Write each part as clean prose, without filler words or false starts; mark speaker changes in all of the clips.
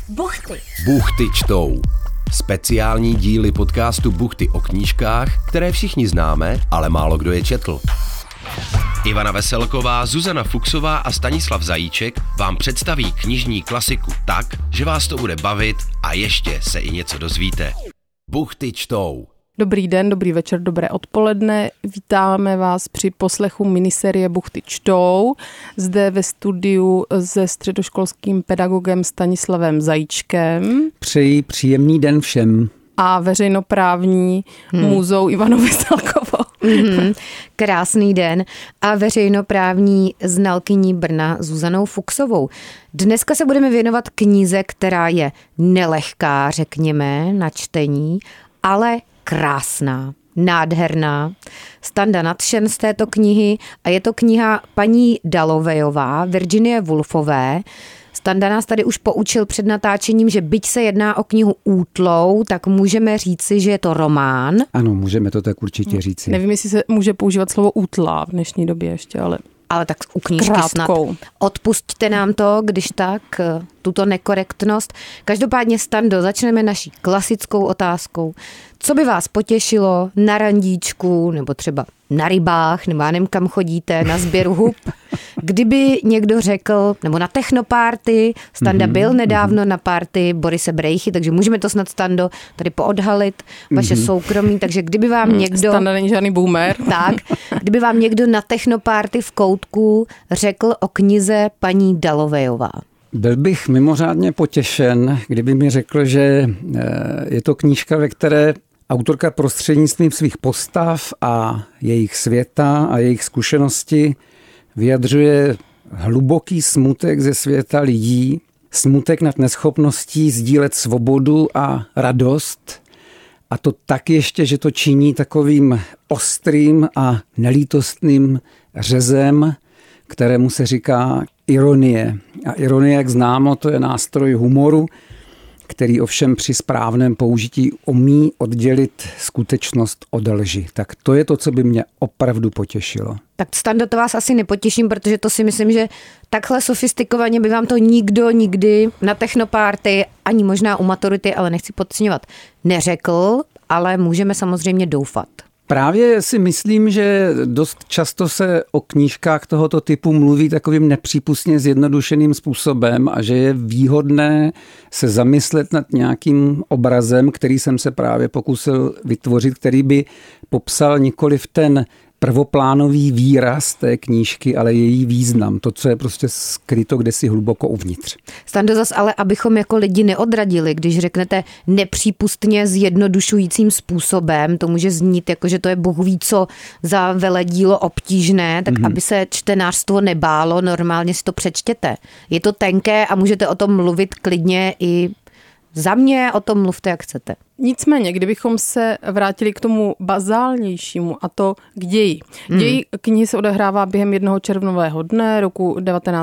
Speaker 1: Buchty.
Speaker 2: Buchty čtou. Speciální díly podcastu Buchty o knížkách, které všichni známe, ale málo kdo je četl. Ivana Veselková, Zuzana Fuchsová a Stanislav Zajíček vám představí knižní klasiku tak, že vás to bude bavit a ještě se i něco dozvíte. Buchty čtou.
Speaker 3: Dobrý den, dobrý večer, dobré odpoledne. Vítáme vás při poslechu miniserie Buchty čtou. Zde ve studiu se středoškolským pedagogem Stanislavem Zajíčkem.
Speaker 4: Přeji příjemný den všem.
Speaker 3: A veřejnoprávní můzou Ivanou Veselkovou.
Speaker 1: Krásný den. A veřejnoprávní znalkyní Brna Zuzanou Fuchsovou. Dneska se budeme věnovat knize, která je nelehká, řekněme, na čtení, ale krásná, nádherná. Standa nadšen z této knihy a je to kniha paní Dallowayová, Virginie Woolfové. Standa nás tady už poučil před natáčením, že byť se jedná o knihu útlou, tak můžeme říci, že je to román.
Speaker 4: Ano, můžeme to tak určitě říci.
Speaker 3: Nevím, jestli se může používat slovo útlá v dnešní době ještě, ale
Speaker 1: tak u knížky krátkou. Snad. Odpusťte nám to, když tak, tuto nekorektnost. Každopádně, Stando, začneme naší klasickou otázkou. Co by vás potěšilo na randíčku, nebo třeba na rybách, nebo já nevím, kam chodíte, na sběru hub? Kdyby někdo řekl, nebo na technopárty, Standa byl nedávno na párty Borise Brejchy, takže můžeme to snad, Stando, tady poodhalit vaše soukromí, takže kdyby vám někdo...
Speaker 3: Standa není žádný boomer.
Speaker 1: Tak, kdyby vám někdo na technopárty v koutku řekl o knize paní Dallowayová.
Speaker 4: Byl bych mimořádně potěšen, kdyby mi řekl, že je to knížka, ve které autorka prostřednictvím svých postav a jejich světa a jejich zkušenosti vyjadřuje hluboký smutek ze světa lidí, smutek nad neschopností sdílet svobodu a radost. A to tak ještě, že to činí takovým ostrým a nelítostným řezem, kterému se říká ironie. A ironie, jak známo, to je nástroj humoru, který ovšem při správném použití umí oddělit skutečnost od lži. Tak to je to, co by mě opravdu potěšilo.
Speaker 1: Tak, Stando, to vás asi nepotěším, protože to si myslím, že takhle sofistikovaně by vám to nikdo nikdy na technopárty, ani možná u maturity, ale nechci podceňovat, neřekl, ale můžeme samozřejmě doufat.
Speaker 4: Právě si myslím, že dost často se o knížkách tohoto typu mluví takovým nepřípustně zjednodušeným způsobem a že je výhodné se zamyslet nad nějakým obrazem, který jsem se právě pokusil vytvořit, který by popsal nikoliv ten prvoplánový výraz té knížky, ale její význam, to, co je prostě skryto kdesi hluboko uvnitř.
Speaker 1: Stando, zas ale abychom jako lidi neodradili, když řeknete nepřípustně zjednodušujícím způsobem, to může znít jako, že to je Bůh ví co za veledílo obtížné, tak aby se čtenářstvo nebálo, normálně si to přečtěte. Je to tenké a můžete o tom mluvit klidně i za mě, o tom mluvte, jak chcete.
Speaker 3: Nicméně, kdybychom se vrátili k tomu bazálnějšímu, a to k ději. Děj knihy se odehrává během jednoho červnového dne roku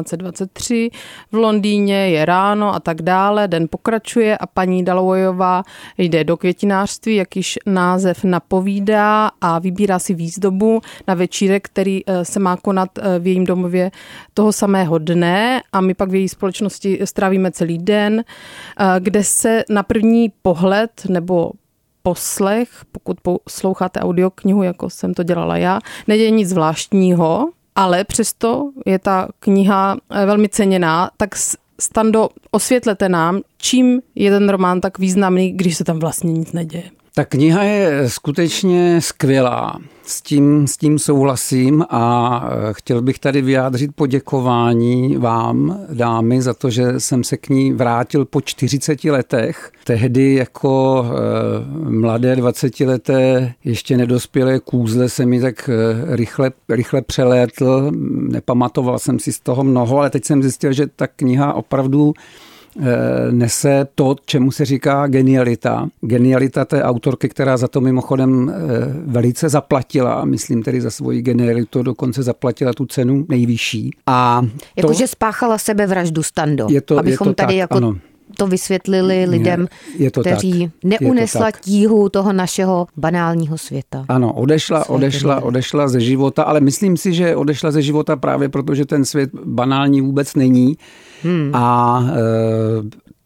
Speaker 3: 1923. V Londýně je ráno a tak dále, den pokračuje a paní Dallowayová jde do květinářství, jak již název napovídá, a vybírá si výzdobu na večírek, který se má konat v jejím domově toho samého dne, a my pak v její společnosti strávíme celý den, kde se na první pohled nebo poslech, pokud posloucháte audioknihu, jako jsem to dělala já, neděje nic zvláštního, ale přesto je ta kniha velmi ceněná. Tak, Stando, osvětlete nám, čím je ten román tak významný, když se tam vlastně nic neděje.
Speaker 4: Ta kniha je skutečně skvělá. S tím souhlasím a chtěl bych tady vyjádřit poděkování vám, dámy, za to, že jsem se k ní vrátil po 40 letech. Tehdy jako mladé 20leté ještě nedospělé kůzle se mi tak rychle přelétl. Nepamatoval jsem si z toho mnoho, ale teď jsem zjistil, že ta kniha opravdu nese to, čemu se říká genialita. Genialita té autorky, která za to mimochodem velice zaplatila, myslím tedy za svoji genialitu, dokonce zaplatila tu cenu nejvyšší.
Speaker 1: Jakože spáchala sebevraždu, Stando. Abychom
Speaker 4: je to
Speaker 1: tady
Speaker 4: tak,
Speaker 1: jako
Speaker 4: ano.
Speaker 1: To vysvětlili lidem, kteří neunesla tíhu toho našeho banálního světa.
Speaker 4: Ano, odešla ze života, ale myslím si, že odešla ze života právě proto, že ten svět banální vůbec není. A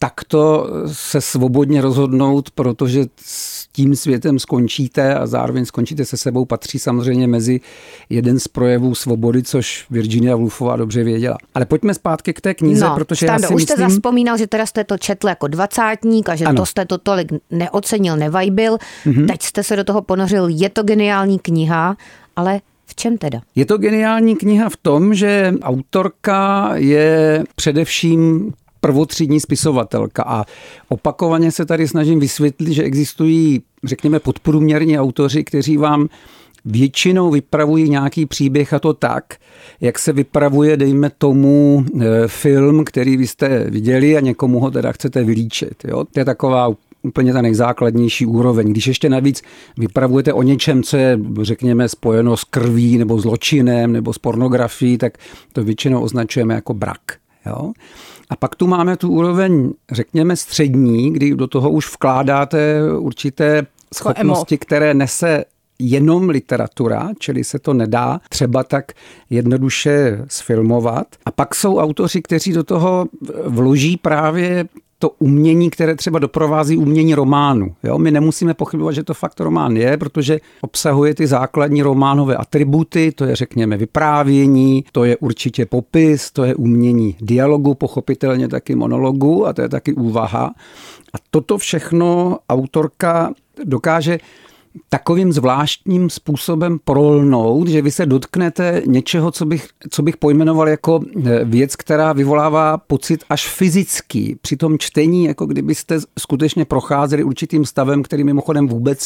Speaker 4: takto se svobodně rozhodnout, protože s tím světem skončíte a zároveň skončíte se sebou, patří samozřejmě mezi jeden z projevů svobody, což Virginia Woolfová dobře věděla. Ale pojďme zpátky k té knize, protože
Speaker 1: Stando,
Speaker 4: já si
Speaker 1: už
Speaker 4: myslím...
Speaker 1: jste zavzpomínal, že teda jste to četl jako dvacátník a že to jste to tolik neocenil, nevajbil. Teď jste se do toho ponořil, je to geniální kniha, ale v čem teda?
Speaker 4: Je to geniální kniha v tom, že autorka je především prvotřídní spisovatelka a opakovaně se tady snažím vysvětlit, že existují, řekněme, podprůměrní autoři, kteří vám většinou vypravují nějaký příběh a to tak, jak se vypravuje, dejme tomu, film, který vy jste viděli a někomu ho teda chcete vylíčit. Jo? To je taková úplně ta nejzákladnější úroveň. Když ještě navíc vypravujete o něčem, co je, řekněme, spojeno s krví nebo zločinem nebo s pornografií, tak to většinou označujeme jako brak. Jo? A pak tu máme tu úroveň, řekněme, střední, kdy do toho už vkládáte určité schopnosti, které nese jenom literatura, čili se to nedá třeba tak jednoduše sfilmovat. A pak jsou autoři, kteří do toho vloží právě to umění, které třeba doprovází umění románu. Jo? My nemusíme pochybovat, že to fakt román je, protože obsahuje ty základní románové atributy, to je, řekněme, vyprávění, to je určitě popis, to je umění dialogu, pochopitelně taky monologu a to je taky úvaha. A toto všechno autorka dokáže takovým zvláštním způsobem prolnout, že vy se dotknete něčeho, co bych pojmenoval jako věc, která vyvolává pocit až fyzický. Při tom čtení, jako kdybyste skutečně procházeli určitým stavem, který mimochodem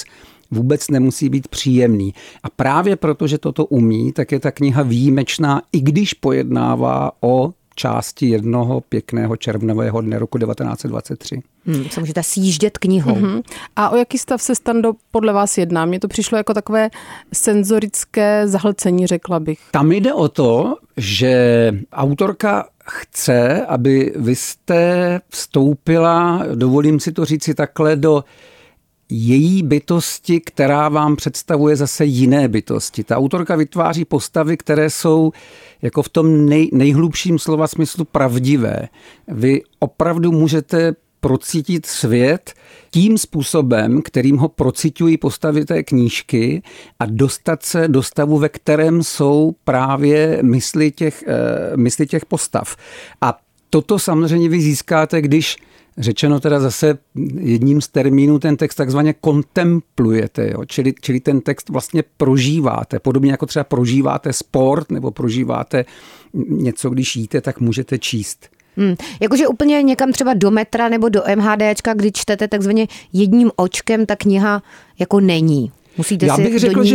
Speaker 4: vůbec nemusí být příjemný. A právě proto, že toto umí, tak je ta kniha výjimečná, i když pojednává o části jednoho pěkného červnového dne roku 1923.
Speaker 1: Se můžete sjíždět knihou.
Speaker 3: A o jaký stav se, Stando, podle vás jedná? Mně to přišlo jako takové senzorické zahlcení, řekla bych.
Speaker 4: Tam jde o to, že autorka chce, aby vy jste vstoupila, dovolím si to říci takhle, do její bytosti, která vám představuje zase jiné bytosti. Ta autorka vytváří postavy, které jsou jako v tom nejhlubším slova smyslu pravdivé. Vy opravdu můžete procítit svět tím způsobem, kterým ho procitují postavy té knížky a dostat se do stavu, ve kterém jsou právě mysli těch postav. A toto samozřejmě vy získáte, když řečeno teda zase jedním z termínů ten text takzvaně kontemplujete, jo? Čili ten text vlastně prožíváte. Podobně jako třeba prožíváte sport nebo prožíváte něco, když jíte, tak můžete číst.
Speaker 1: Jakože úplně někam třeba do metra nebo do MHDčka, když čtete takzvaně jedním očkem, ta kniha jako není. Musíte
Speaker 4: já bych řekl,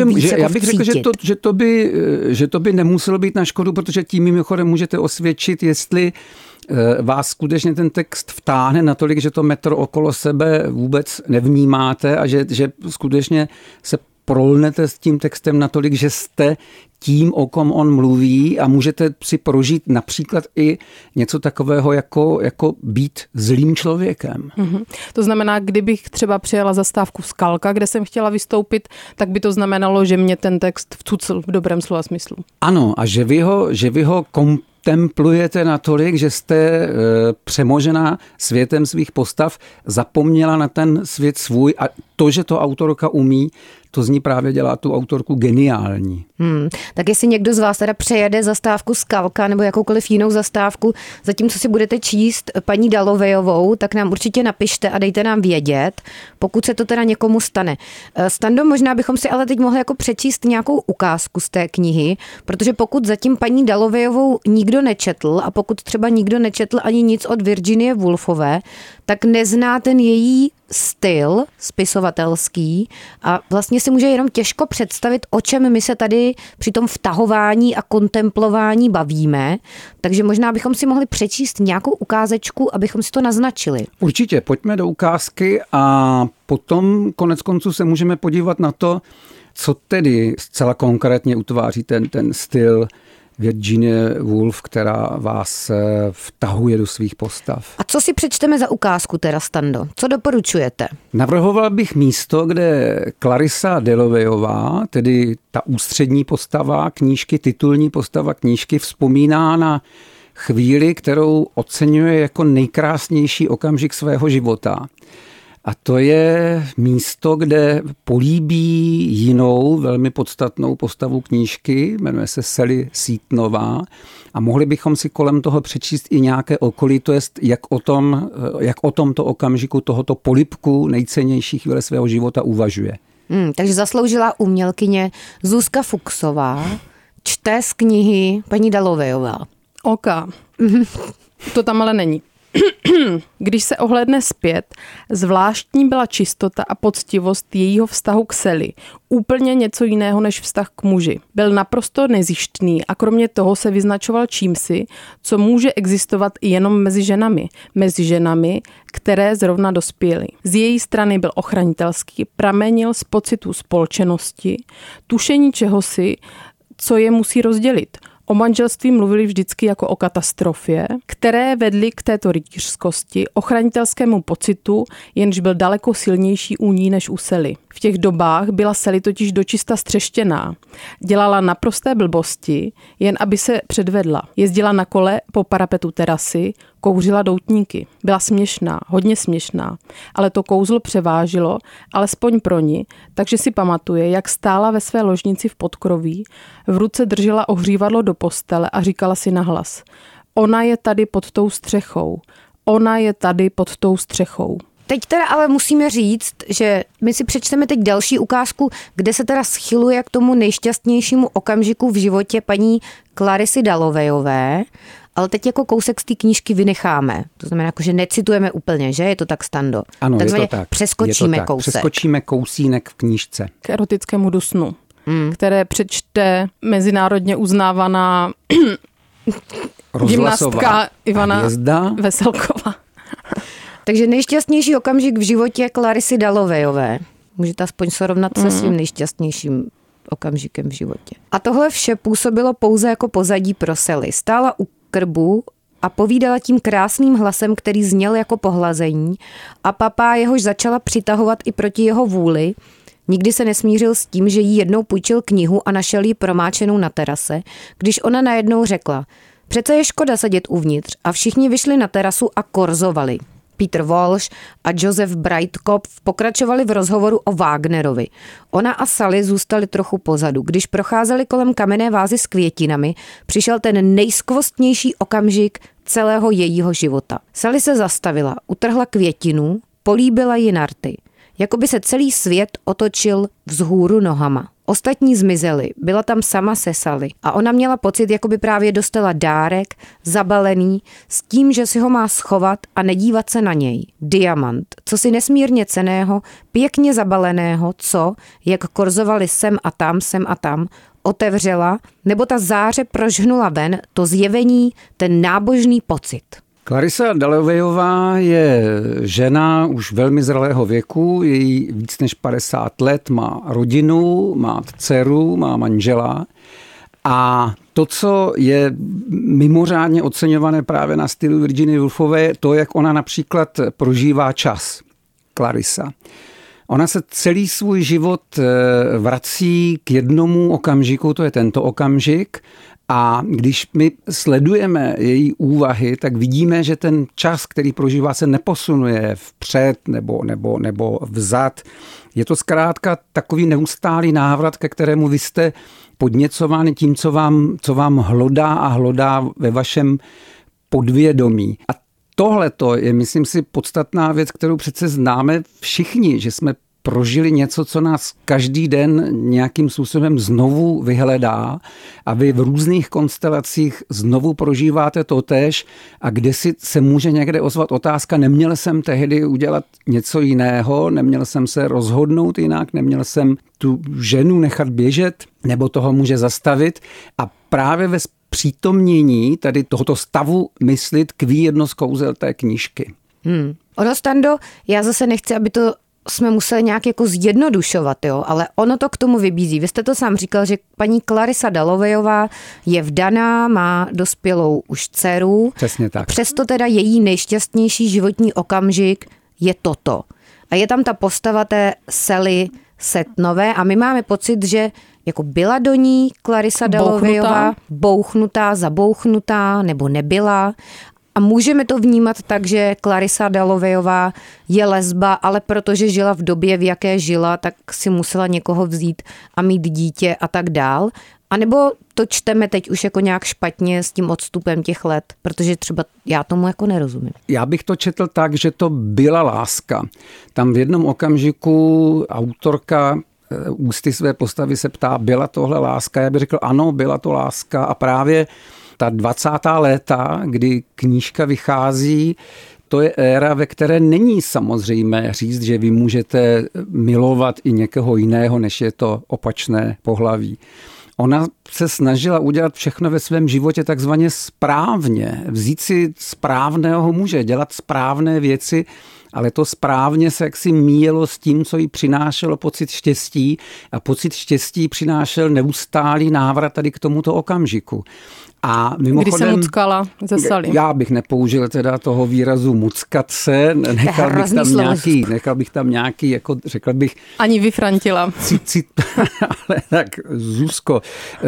Speaker 4: že to by nemuselo být na škodu, protože tím mimochodem můžete osvědčit, jestli vás skutečně ten text vtáhne natolik, že to metro okolo sebe vůbec nevnímáte a že skutečně se prolnete s tím textem natolik, že jste tím, o kom on mluví a můžete si prožít například i něco takového jako být zlým člověkem.
Speaker 3: To znamená, kdybych třeba přijela zastávku Skalka, kde jsem chtěla vystoupit, tak by to znamenalo, že mě ten text vcucl v dobrém slova smyslu.
Speaker 4: Ano, a že vy ho kontemplujete natolik, že jste přemožená světem svých postav, zapomněla na ten svět svůj a to, že to autorka umí, to z ní právě dělá tu autorku geniální.
Speaker 1: Tak jestli někdo z vás teda přejede zastávku Skalka nebo jakoukoliv jinou zastávku, zatímco si budete číst paní Dalovejovou, tak nám určitě napište a dejte nám vědět, pokud se to teda někomu stane. Stando, možná bychom si ale teď mohli jako přečíst nějakou ukázku z té knihy, protože pokud zatím paní Dalovejovou nikdo nečetl a pokud třeba nikdo nečetl ani nic od Virginie Woolfové, tak nezná ten její styl spisovatelský a vlastně si může jenom těžko představit, o čem my se tady při tom vtahování a kontemplování bavíme. Takže možná bychom si mohli přečíst nějakou ukázečku, abychom si to naznačili.
Speaker 4: Určitě, pojďme do ukázky a potom konec konců se můžeme podívat na to, co tedy zcela konkrétně utváří ten styl Virginie Woolf, která vás vtahuje do svých postav.
Speaker 1: A co si přečteme za ukázku teda, Stando? Co doporučujete?
Speaker 4: Navrhoval bych místo, kde Clarissa Dallowayová, tedy ta ústřední postava knížky, titulní postava knížky, vzpomíná na chvíli, kterou oceňuje jako nejkrásnější okamžik svého života. A to je místo, kde políbí jinou velmi podstatnou postavu knížky, jmenuje se Sally Seatonová, a mohli bychom si kolem toho přečíst i nějaké okolí, to jest jak o tomto okamžiku tohoto polibku nejcennější chvíle svého života uvažuje.
Speaker 1: Takže zasloužilá umělkyně Zuzka Fuchsová čte z knihy paní Dalovejová.
Speaker 3: To tam ale není. Když se ohlédne zpět, zvláštní byla čistota a poctivost jejího vztahu k Sally. Úplně něco jiného než vztah k muži. Byl naprosto nezištný a kromě toho se vyznačoval čímsi, co může existovat i jenom mezi ženami. Mezi ženami, které zrovna dospěly. Z její strany byl ochranitelský, pramenil z pocitu společnosti, tušení čehosi, co je musí rozdělit. O manželství mluvili vždycky jako o katastrofě, které vedly k této rytířskosti, ochranitelskému pocitu, jenž byl daleko silnější u ní než u Sally. V těch dobách byla Sally totiž dočista střeštěná. Dělala naprosté blbosti, jen aby se předvedla. Jezdila na kole po parapetu terasy, kouřila doutníky. Byla směšná, hodně směšná, ale to kouzlo převážilo, alespoň pro ní, takže si pamatuje, jak stála ve své ložnici v podkroví, v ruce držela ohřívadlo do postele a říkala si nahlas: ona je tady pod tou střechou, ona je tady pod tou střechou.
Speaker 1: Teď teda ale musíme říct, že my si přečteme teď další ukázku, kde se teda schyluje k tomu nejšťastnějšímu okamžiku v životě paní Clarisy Dalovejové, ale teď jako kousek z té knížky vynecháme. To znamená, jako, že necitujeme úplně, že? Je to tak, Stando?
Speaker 4: Ano, je to tak.
Speaker 1: Přeskočíme kousek.
Speaker 4: Přeskočíme kousínek v knížce.
Speaker 3: K erotickému dusnu, které přečte mezinárodně uznávaná gymnastka Ivana Veselková.
Speaker 1: Takže nejšťastnější okamžik v životě Clarisy Dalovejové. Můžete aspoň srovnat se svým nejšťastnějším okamžikem v životě. A tohle vše působilo pouze jako pozadí pro Sally. Stála u krbu a povídala tím krásným hlasem, který zněl jako pohlazení, a papá jehož začala přitahovat i proti jeho vůli. Nikdy se nesmířil s tím, že jí jednou půjčil knihu a našel ji promáčenou na terase, když ona najednou řekla: přece je škoda sedět uvnitř, a všichni vyšli na terasu a korzovali. Peter Walsh a Joseph Breitkopf pokračovali v rozhovoru o Wagnerovi. Ona a Sally zůstali trochu pozadu. Když procházeli kolem kamenné vázy s květinami, přišel ten nejskvostnější okamžik celého jejího života. Sally se zastavila, utrhla květinu, políbila ji na rty. Jakoby se celý svět otočil vzhůru nohama. Ostatní zmizeli, byla tam sama se Sally a ona měla pocit, jako by právě dostala dárek, zabalený, s tím, že si ho má schovat a nedívat se na něj. Diamant, cosi nesmírně cenného, pěkně zabaleného, co, jak korzovali sem a tam, otevřela, nebo ta záře prožhnula ven, to zjevení, ten nábožný pocit.
Speaker 4: Clarisa Dalovejová je žena už velmi zralého věku, je jí víc než 50 let, má rodinu, má dceru, má manžela, a to, co je mimořádně oceňované právě na stylu Virginie Woolfové, to, jak ona například prožívá čas. Clarisa. Ona se celý svůj život vrací k jednomu okamžiku, to je tento okamžik, a když my sledujeme její úvahy, tak vidíme, že ten čas, který prožívá, se neposunuje vpřed nebo vzad. Je to zkrátka takový neustálý návrat, ke kterému vy jste podněcováni tím, co vám hlodá ve vašem podvědomí. A tohleto je, myslím si, podstatná věc, kterou přece známe všichni, že jsme prožili něco, co nás každý den nějakým způsobem znovu vyhledá, a vy v různých konstelacích znovu prožíváte totéž, a kde si se může někde ozvat otázka: neměl jsem tehdy udělat něco jiného, neměl jsem se rozhodnout jinak, neměl jsem tu ženu nechat běžet, nebo toho může zastavit. A právě ve přítomnění tady tohoto stavu mysli tkví jedno z kouzel té knížky.
Speaker 1: Ono, Stando, já zase nechci, aby to jsme museli nějak jako zjednodušovat, jo, ale ono to k tomu vybízí. Vy jste to sám říkal, že paní Clarisa Dalovejová je vdaná, má dospělou už dceru.
Speaker 4: Přesně tak.
Speaker 1: Přesto teda její nejšťastnější životní okamžik je toto. A je tam ta postava té Sally Seatonové a my máme pocit, že jako byla do ní Clarissa Dallowayová bouchnutá, zabouchnutá nebo nebyla. A můžeme to vnímat tak, že Clarissa Dallowayová je lesba, ale protože žila v době, v jaké žila, tak si musela někoho vzít a mít dítě a tak dál. A nebo to čteme teď už jako nějak špatně s tím odstupem těch let, protože třeba já tomu jako nerozumím.
Speaker 4: Já bych to četl tak, že to byla láska. Tam v jednom okamžiku autorka ústy své postavy se ptá, byla tohle láska? Já bych řekl, ano, byla to láska a právě ta 20. léta, kdy knížka vychází, to je éra, ve které není samozřejmé říct, že vy můžete milovat i někoho jiného, než je to opačné pohlaví. Ona se snažila udělat všechno ve svém životě takzvaně správně. Vzít si správného muže, dělat správné věci, ale to správně se jaksi míjelo s tím, co jí přinášelo pocit štěstí a pocit štěstí přinášel neustálý návrat tady k tomuto okamžiku. A mimochodem,
Speaker 3: kdy se muckala ze Sally.
Speaker 4: Já bych nepoužil teda toho výrazu muckat se, nechal bych tam nějaký, jako řekl bych...
Speaker 3: Ani vyfrantila.
Speaker 4: Ale tak, Zuzko,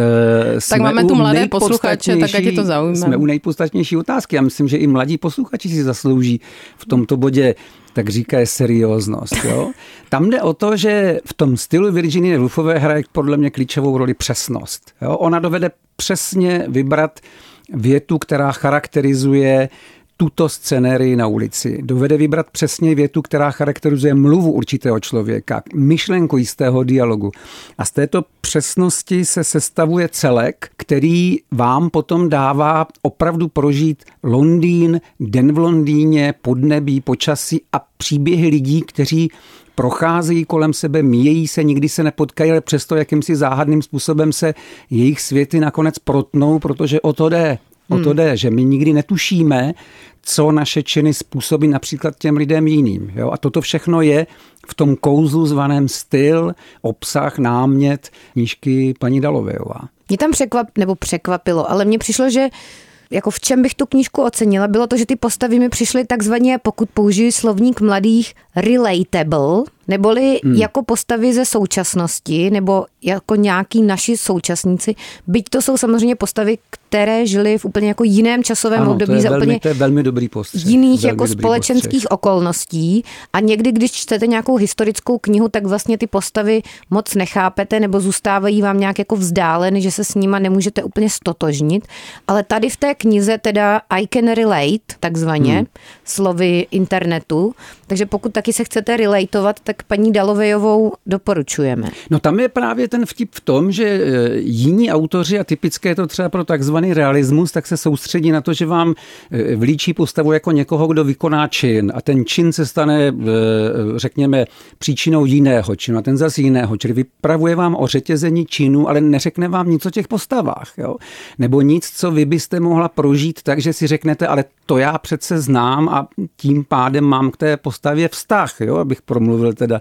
Speaker 3: tak máme tu mladé posluchače, tak ať je to zaujíme.
Speaker 4: Jsme u nejpodstatnější otázky. Já myslím, že i mladí posluchači si zaslouží v tomto bodě tak říká serióznost. Jo? Tam jde o to, že v tom stylu Virginie Woolfové hraje podle mě klíčovou roli přesnost. Jo? Ona dovede přesně vybrat větu, která charakterizuje tuto scenérii na ulici. Dovede vybrat přesně větu, která charakterizuje mluvu určitého člověka, myšlenku jistého dialogu. A z této přesnosti se sestavuje celek, který vám potom dává opravdu prožít Londýn, den v Londýně, podnebí, počasí a příběhy lidí, kteří procházejí kolem sebe, míjejí se, nikdy se nepotkají, ale přesto jakýmsi záhadným způsobem se jejich světy nakonec protnou, protože o to jde. O to jde, že my nikdy netušíme, co naše činy způsobí například těm lidem jiným. Jo? A toto všechno je v tom kouzlu zvaném styl, obsah, námět knížky paní Dallowayová.
Speaker 1: Mě tam překvapilo, ale mně přišlo, že jako v čem bych tu knížku ocenila, bylo to, že ty postavy mi přišly takzvaně, pokud použiji slovník mladých, relatable, neboli jako postavy ze současnosti, nebo jako nějaký naši současníci, byť to jsou samozřejmě postavy, které žily v úplně jako jiném časovém období za úplně
Speaker 4: to je velmi dobrý postřeh.
Speaker 1: Jiných jako společenských okolností a někdy, když čtete nějakou historickou knihu, tak vlastně ty postavy moc nechápete nebo zůstávají vám nějak jako vzdáleny, že se s nima nemůžete úplně stotožnit, ale tady v té knize teda I can relate, takzvaně, slovy internetu, takže pokud taky se chcete relatovat, tak paní Dallowayovou doporučujeme.
Speaker 4: No tam je právě ten vtip v tom, že jiní autoři, a typické je to třeba pro takzvaný realismus, tak se soustředí na to, že vám vlíčí postavu jako někoho, kdo vykoná čin a ten čin se stane, řekněme, příčinou jiného činu a ten zase jiného, čili vypravuje vám o řetězení činů, ale neřekne vám nic o těch postavách. Jo? Nebo nic, co vy byste mohla prožít tak, že si řeknete, ale to já přece znám a tím pádem mám k té postavě vztah, jo? Abych promluvil teda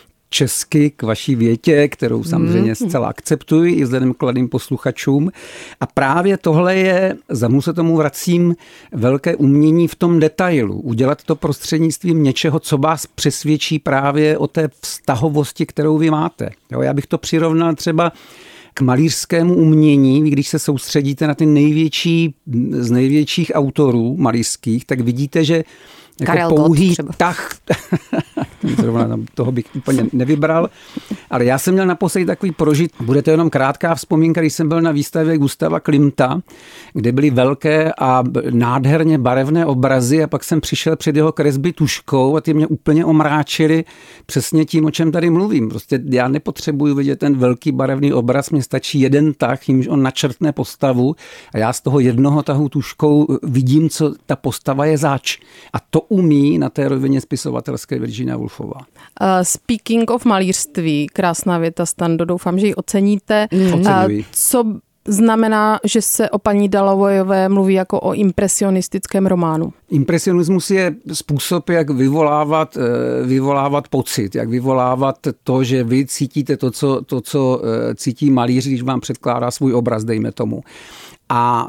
Speaker 4: česky k vaší větě, kterou samozřejmě zcela akceptuji i vzhledem k mladým posluchačům. A právě tohle je, znovu se tomu vracím, velké umění v tom detailu. Udělat to prostřednictvím něčeho, co vás přesvědčí právě o té vztahovosti, kterou vy máte. Jo, já bych to přirovnal třeba k malířskému umění, když se soustředíte na ty největší z největších autorů malířských, tak vidíte, že jako pouhý tah, toho bych úplně nevybral, ale já jsem měl naposledy takový prožit, bude to jenom krátká vzpomínka, když jsem byl na výstavě Gustava Klimta, kde byly velké a nádherně barevné obrazy a pak jsem přišel před jeho kresby tuškou a ty mě úplně omráčily přesně tím, o čem tady mluvím. Prostě já nepotřebuju vidět ten velký barevný obraz, mně stačí jeden tah, jimž on načrtne postavu a já z toho jednoho tahu tuškou vidím, co ta postava je zač. A to umí na té rovině spisovatelské Virginia Woolfová.
Speaker 3: Speaking of malířství, krásná věta, Stando, doufám, že ji oceníte. Co znamená, že se o paní Dallowayové mluví jako o impresionistickém románu?
Speaker 4: Impresionismus je způsob, jak vyvolávat pocit, jak vyvolávat to, že vy cítíte to, co cítí malíř, když vám předkládá svůj obraz, dejme tomu. A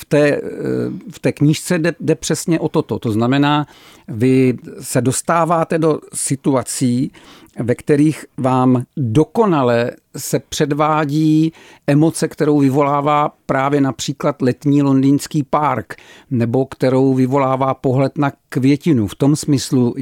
Speaker 4: v té knížce jde přesně o toto. To znamená, vy se dostáváte do situací, ve kterých vám dokonale se předvádí emoce, kterou vyvolává právě například letní londýnský park, nebo kterou vyvolává pohled na květinu. V tom smyslu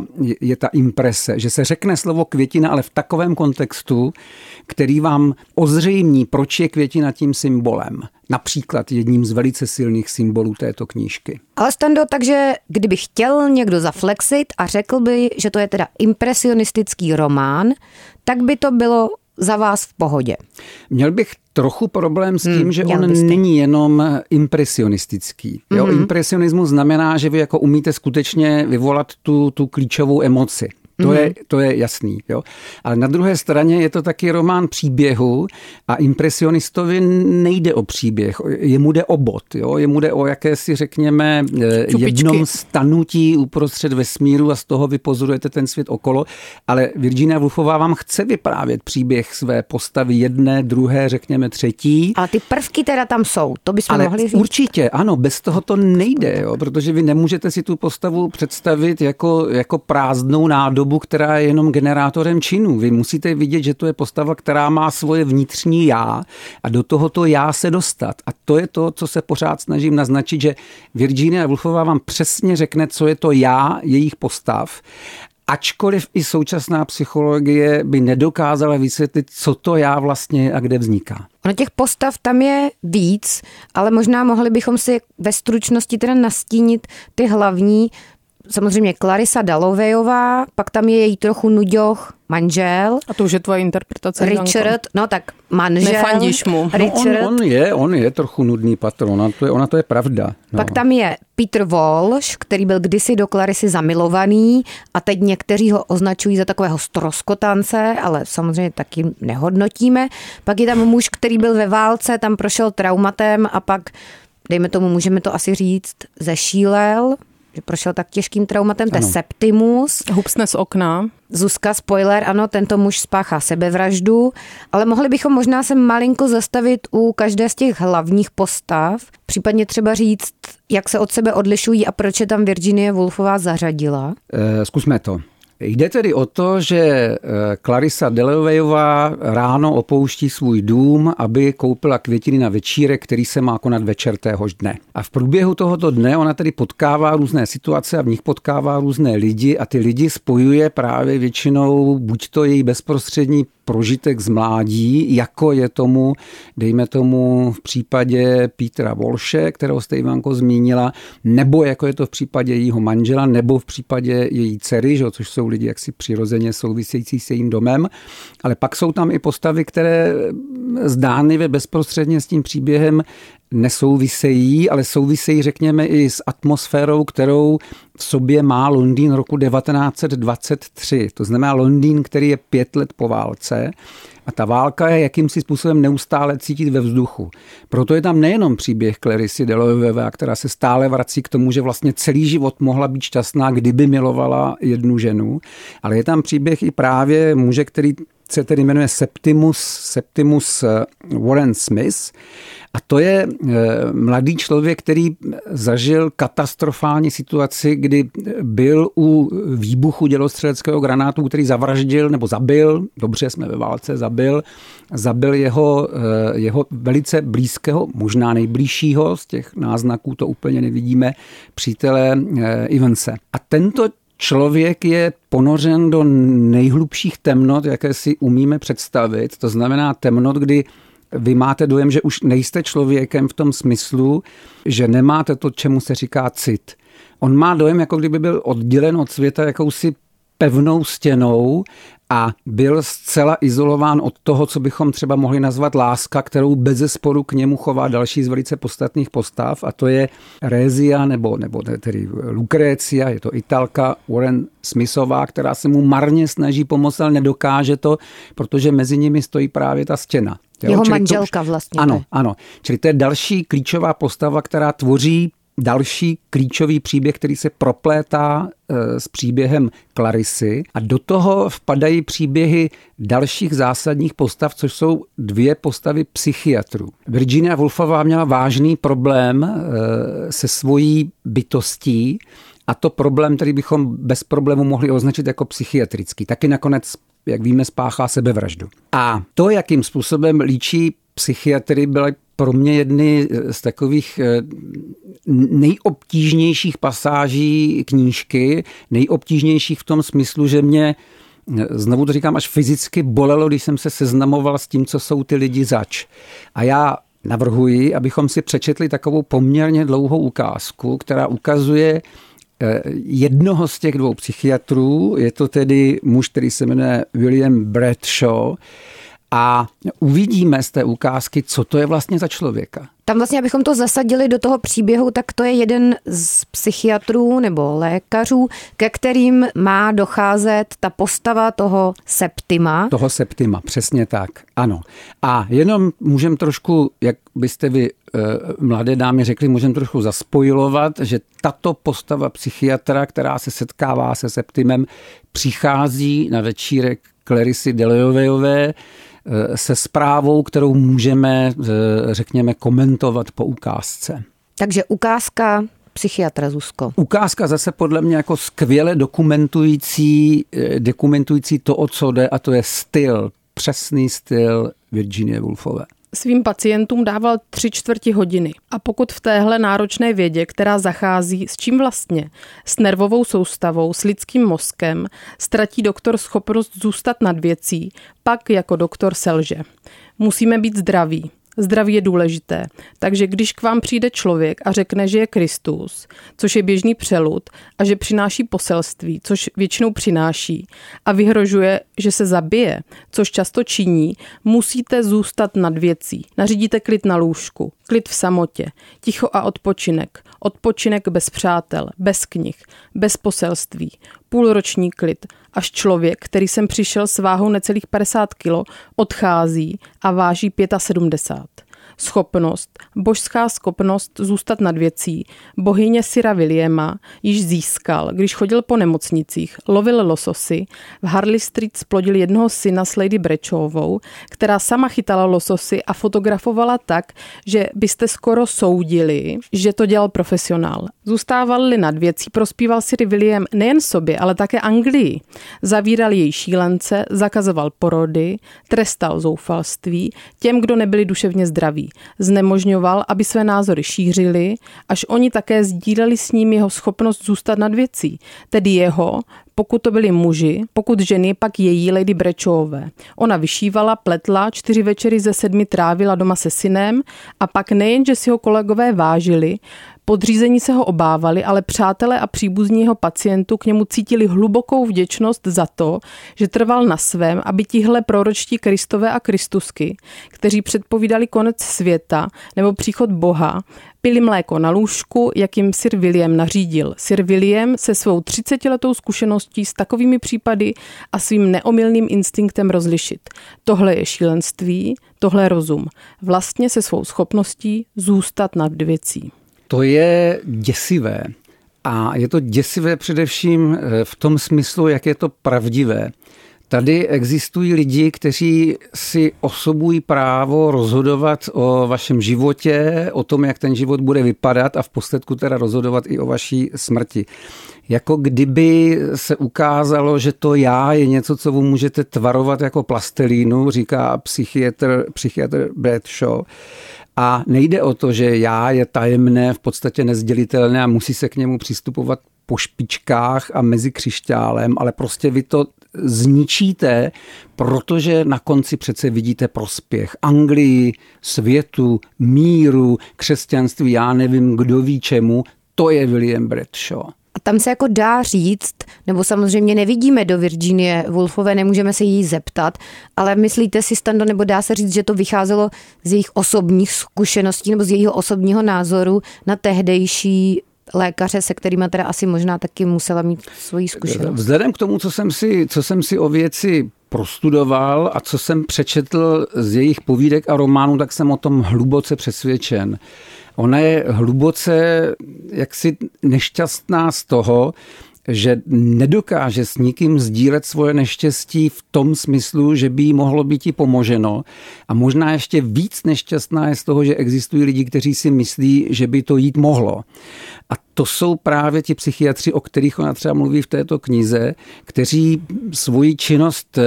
Speaker 4: je ta imprese, že se řekne slovo květina, ale v takovém kontextu, který vám ozřejmí, proč je květina tím symbolem. Například jedním z velice silných symbolů této knížky.
Speaker 1: Ale Stando, takže kdyby chtěl někdo zaflexit a řekl by, že to je teda impresionistický román, tak by to bylo za vás v pohodě.
Speaker 4: Měl bych trochu problém s tím, že on není jenom impresionistický. Jo? Impresionismus znamená, že vy jako umíte skutečně vyvolat tu klíčovou emoci. To je jasný. Jo? Ale na druhé straně je to taky román příběhu a impresionistovi nejde o příběh, jemu jde o bod. Jo? Jemu jde o jakési, řekněme, jednom stanutí uprostřed vesmíru a z toho vy pozorujete ten svět okolo. Ale Virginia Woolfová vám chce vyprávět příběh své postavy jedné, druhé, řekněme třetí.
Speaker 1: Ale ty prvky teda tam jsou, to bychom mohli říct.
Speaker 4: Určitě, ano, bez toho to nejde, jo? Protože vy nemůžete si tu postavu představit jako prázdnou nádobu, která je jenom generátorem činů. Vy musíte vidět, že to je postava, která má svoje vnitřní já a do tohoto já se dostat. A to je to, co se pořád snažím naznačit, že Virginia Woolfová vám přesně řekne, co je to já jejich postav. Ačkoliv i současná psychologie by nedokázala vysvětlit, co to já vlastně je a kde vzniká.
Speaker 1: Ono těch postav tam je víc, ale možná mohli bychom si ve stručnosti teda nastínit ty hlavní. Samozřejmě Clarissa Dallowayová, pak tam je její trochu nuďoch manžel.
Speaker 3: A to už je tvoje interpretace.
Speaker 1: Richard, no tak manžel.
Speaker 3: Nefandíš mu.
Speaker 1: Richard.
Speaker 4: No on je trochu nudný patron, ona to je pravda. No.
Speaker 1: Pak tam je Peter Walsh, který byl kdysi do Clarissy zamilovaný a teď někteří ho označují za takového stroskotance, ale samozřejmě taky nehodnotíme. Pak je tam muž, který byl ve válce, tam prošel traumatem a pak, dejme tomu, můžeme to asi říct, zešílel, že prošel tak těžkým traumatem, to je Septimus.
Speaker 3: Hupsne z okna.
Speaker 1: Zuzka, spoiler, ano, tento muž spáchá sebevraždu, ale mohli bychom možná se malinko zastavit u každé z těch hlavních postav, případně třeba říct, jak se od sebe odlišují a proč je tam Virginia Woolfová zařadila.
Speaker 4: Zkusme to. Jde tedy o to, že Clarissa Dallowayová ráno opouští svůj dům, aby koupila květiny na večírek, který se má konat večer téhož dne. A v průběhu tohoto dne ona tedy potkává různé situace a v nich potkává různé lidi a ty lidi spojuje právě většinou buď to její bezprostřední prožitek z mládí, jako je tomu, dejme tomu v případě Petera Walshe, kterého jste, Ivanko, zmínila, nebo jako je to v případě jejího manžela, nebo v případě její dcery, že, což jsou lidi jaksi přirozeně související s jejím domem. Ale pak jsou tam i postavy, které zdánlivě bezprostředně s tím příběhem nesouvisejí, ale souvisejí, řekněme, i s atmosférou, kterou v sobě má Londýn roku 1923. To znamená Londýn, který je 5 let po válce a ta válka je jakýmsi způsobem neustále cítit ve vzduchu. Proto je tam nejenom příběh Clarissy Dallowayové, která se stále vrací k tomu, že vlastně celý život mohla být šťastná, kdyby milovala jednu ženu, ale je tam příběh i právě muže, který se tedy jmenuje Septimus Warren Smith. A to je mladý člověk, který zažil katastrofální situaci, kdy byl u výbuchu dělostřeleckého granátu, který zavraždil nebo zabil, dobře, jsme ve válce, zabil jeho velice blízkého, možná nejbližšího, z těch náznaků to úplně nevidíme, přítele Evanse. A tento člověk je ponořen do nejhlubších temnot, jaké si umíme představit. To znamená temnot, kdy vy máte dojem, že už nejste člověkem v tom smyslu, že nemáte to, čemu se říká cit. On má dojem, jako kdyby byl oddělen od světa jakousi pevnou stěnou a byl zcela izolován od toho, co bychom třeba mohli nazvat láska, kterou bezesporu k němu chová další z velice podstatných postav, a to je Rézia nebo tedy Lucrecia, je to Italka Warren Smithová, která se mu marně snaží pomoct, ale nedokáže to, protože mezi nimi stojí právě ta stěna.
Speaker 1: Jeho manželka vlastně.
Speaker 4: Ano. Čili to je další klíčová postava, která tvoří další klíčový příběh, který se proplétá s příběhem Clarissy, a do toho vpadají příběhy dalších zásadních postav, což jsou 2 postavy psychiatrů. Virginia Woolfová měla vážný problém se svojí bytostí a to problém, který bychom bez problému mohli označit jako psychiatrický. Taky nakonec, jak víme, spáchá sebevraždu. A to, jakým způsobem líčí psychiatry, byly pro mě jedny z takových nejobtížnějších pasáží knížky, nejobtížnějších v tom smyslu, že mě, znovu to říkám, až fyzicky bolelo, když jsem se seznamoval s tím, co jsou ty lidi zač. A já navrhuji, abychom si přečetli takovou poměrně dlouhou ukázku, která ukazuje jednoho z těch dvou psychiatrů. Je to tedy muž, který se jmenuje William Bradshaw, a uvidíme z té ukázky, co to je vlastně za člověka.
Speaker 1: Tam vlastně, abychom to zasadili do toho příběhu, tak to je jeden z psychiatrů nebo lékařů, ke kterým má docházet ta postava toho Septima.
Speaker 4: Toho Septima, přesně tak, ano. A jenom můžeme trošku, jak byste vy, mladé dámy, řekli, můžeme trošku zaspojovat, že tato postava psychiatra, která se setkává se Septimem, přichází na večírek Clarisy Dallowayové se zprávou, kterou můžeme, řekněme, komentovat po ukázce.
Speaker 1: Takže ukázka psychiatra, Zuzko.
Speaker 4: Ukázka zase podle mě jako skvěle dokumentující to, o co jde, a to je styl, přesný styl Virginie Woolfové.
Speaker 3: Svým pacientům dával 3/4 hodiny. A pokud v téhle náročné vědě, která zachází s čím vlastně? S nervovou soustavou, s lidským mozkem, ztratí doktor schopnost zůstat nad věcí, pak jako doktor selže. Musíme být zdraví. Zdraví je důležité. Takže když k vám přijde člověk a řekne, že je Kristus, což je běžný přelud, a že přináší poselství, což většinou přináší, a vyhrožuje, že se zabije, což často činí, musíte zůstat nad věcí. Nařídíte klid na lůžku, klid v samotě, ticho a odpočinek. Odpočinek bez přátel, bez knih, bez poselství. Půlroční klid, až člověk, který sem přišel s váhou necelých 50 kilo, odchází a váží 75. Schopnost, božská schopnost zůstat nad věcí, bohyně Sira Williama již získal, když chodil po nemocnicích, lovil lososy, v Harley Street splodil jednoho syna s Lady Bradshawovou, která sama chytala lososy a fotografovala tak, že byste skoro soudili, že to dělal profesionál. Zůstával-li nad věcí, prospíval Sir William nejen sobě, ale také Anglii. Zavíral její šílence, zakazoval porody, trestal zoufalství těm, kdo nebyli duševně zdraví. Znemožňoval, aby své názory šířili, až oni také sdíleli s ním jeho schopnost zůstat nad věcí. Tedy jeho, pokud to byli muži, pokud ženy, pak její Lady Bradshawové. Ona vyšívala, pletla, 4 večery ze 7 trávila doma se synem a pak nejen, že si ho kolegové vážili, podřízení se ho obávali, ale přátelé a příbuzní jeho pacientů k němu cítili hlubokou vděčnost za to, že trval na svém, aby tihle proročtí Kristové a Kristusky, kteří předpovídali konec světa nebo příchod Boha, pili mléko na lůžku, jak jim Sir William nařídil. Sir William se svou 30letou zkušeností s takovými případy a svým neomylným instinktem rozlišit. Tohle je šílenství, tohle je rozum. Vlastně se svou schopností zůstat nad věcí.
Speaker 4: To je děsivé. A je to děsivé především v tom smyslu, jak je to pravdivé. Tady existují lidi, kteří si osobují právo rozhodovat o vašem životě, o tom, jak ten život bude vypadat a v posledku teda rozhodovat i o vaší smrti. Jako kdyby se ukázalo, že to já je něco, co vy můžete tvarovat jako plastelínu, říká psychiatr Bradshaw. A nejde o to, že já je tajemné, v podstatě nezdělitelné a musí se k němu přistupovat po špičkách a mezi křišťálem, ale prostě vy to zničíte, protože na konci přece vidíte prospěch Anglii, světu, míru, křesťanství, já nevím, kdo ví čemu, to je William Bradshaw.
Speaker 1: A tam se jako dá říct, nebo samozřejmě nevidíme do Virginie Woolfové, nemůžeme se jí zeptat, ale myslíte si, Stando, nebo dá se říct, že to vycházelo z jejich osobních zkušeností nebo z jejího osobního názoru na tehdejší lékaře, se kterými teda asi možná taky musela mít svoji zkušenost?
Speaker 4: Vzhledem k tomu, co jsem si o věci prostudoval a co jsem přečetl z jejich povídek a románů, tak jsem o tom hluboce přesvědčen. Ona je hluboce jaksi nešťastná z toho, že nedokáže s nikým sdílet svoje neštěstí v tom smyslu, že by jí mohlo být i pomoženo. A možná ještě víc nešťastná je z toho, že existují lidi, kteří si myslí, že by to jít mohlo. A to jsou právě ti psychiatři, o kterých ona třeba mluví v této knize, kteří svoji činnost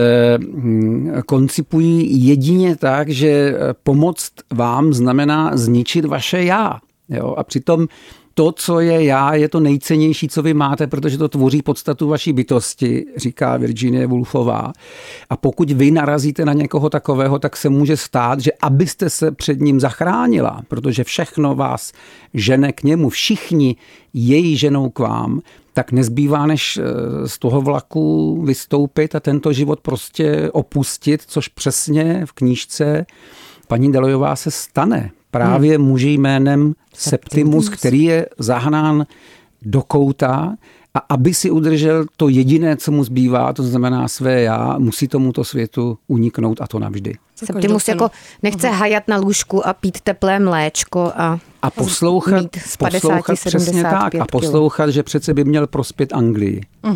Speaker 4: koncipují jedině tak, že pomoct vám znamená zničit vaše já. Jo? A přitom to, co je já, je to nejcennější, co vy máte, protože to tvoří podstatu vaší bytosti, říká Virginie Woolfová. A pokud vy narazíte na někoho takového, tak se může stát, že abyste se před ním zachránila, protože všechno vás žene k němu, všichni její ženou k vám, tak nezbývá, než z toho vlaku vystoupit a tento život prostě opustit, což přesně v knížce paní Delojová se stane. Právě muži jménem Septimus, který je zahnán do kouta a aby si udržel to jediné, co mu zbývá, to znamená své já, musí tomuto světu uniknout a to navždy.
Speaker 1: Septimus jako nechce hajat na lůžku a pít teplé mléčko a
Speaker 4: poslouchat přesně tak a poslouchat, že přece by měl prospět Anglii.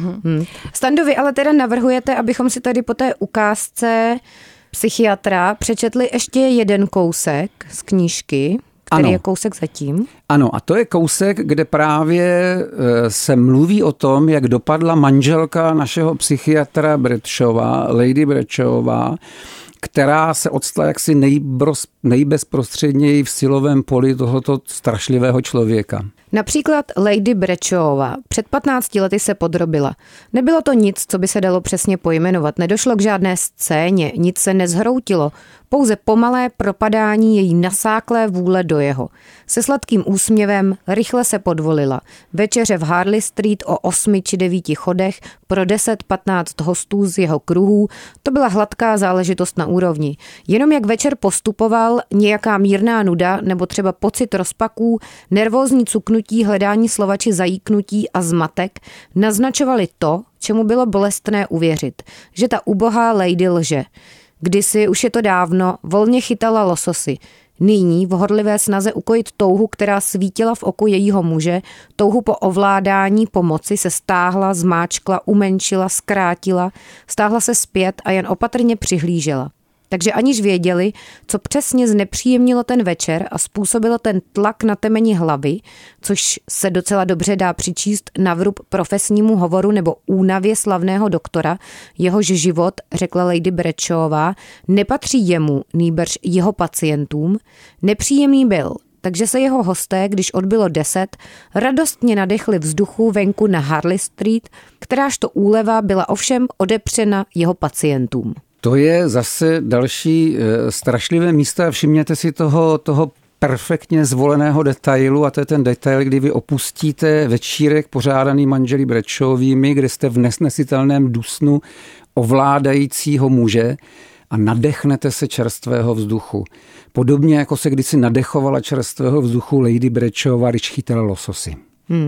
Speaker 1: Stando, vy ale teda navrhujete, abychom si tady po té ukázce psychiatra přečetli ještě jeden kousek z knížky, který je kousek zatím.
Speaker 4: Ano, a to je kousek, kde právě se mluví o tom, jak dopadla manželka našeho psychiatra Bradshawova, Lady Bradshawová, která se odstala jaksi nejbezprostředněji v silovém poli tohoto strašlivého člověka.
Speaker 1: Například Lady Bradshawová před 15 lety se podrobila. Nebylo to nic, co by se dalo přesně pojmenovat. Nedošlo k žádné scéně, nic se nezhroutilo. Pouze pomalé propadání její nasáklé vůle do jeho. Se sladkým úsměvem rychle se podvolila. Večeře v Harley Street o 8 či 9 chodech pro 10-15 hostů z jeho kruhů, to byla hladká záležitost na úrovni. Jenom jak večer postupoval, nějaká mírná nuda nebo třeba pocit rozpaků, nervózní cuknutí, hledání slova či zajíknutí a zmatek naznačovali to, čemu bylo bolestné uvěřit, že ta ubohá lady lže. Kdysi, už je to dávno, volně chytala lososy. Nyní v horlivé snaze ukojit touhu, která svítila v oku jejího muže, touhu po ovládání pomoci se stáhla, zmáčkla, umenšila, zkrátila, stáhla se zpět a jen opatrně přihlížela. Takže aniž věděli, co přesně znepříjemnilo ten večer a způsobilo ten tlak na temeni hlavy, což se docela dobře dá přičíst na vrub profesnímu hovoru nebo únavě slavného doktora, jehož život, řekla Lady Bradshawová, nepatří jemu, nýbrž jeho pacientům, nepříjemný byl. Takže se jeho hosté, když odbylo 10, radostně nadechli vzduchu venku na Harley Street, kterážto úleva byla ovšem odepřena jeho pacientům.
Speaker 4: To je zase další strašlivé místo a všimněte si toho perfektně zvoleného detailu a to je ten detail, kdy vy opustíte večírek pořádaný manželi Bradshawovými, kde jste v nesnesitelném dusnu ovládajícího muže a nadechnete se čerstvého vzduchu. Podobně jako se kdysi nadechovala čerstvého vzduchu Lady Bradshawová, když chytala lososy.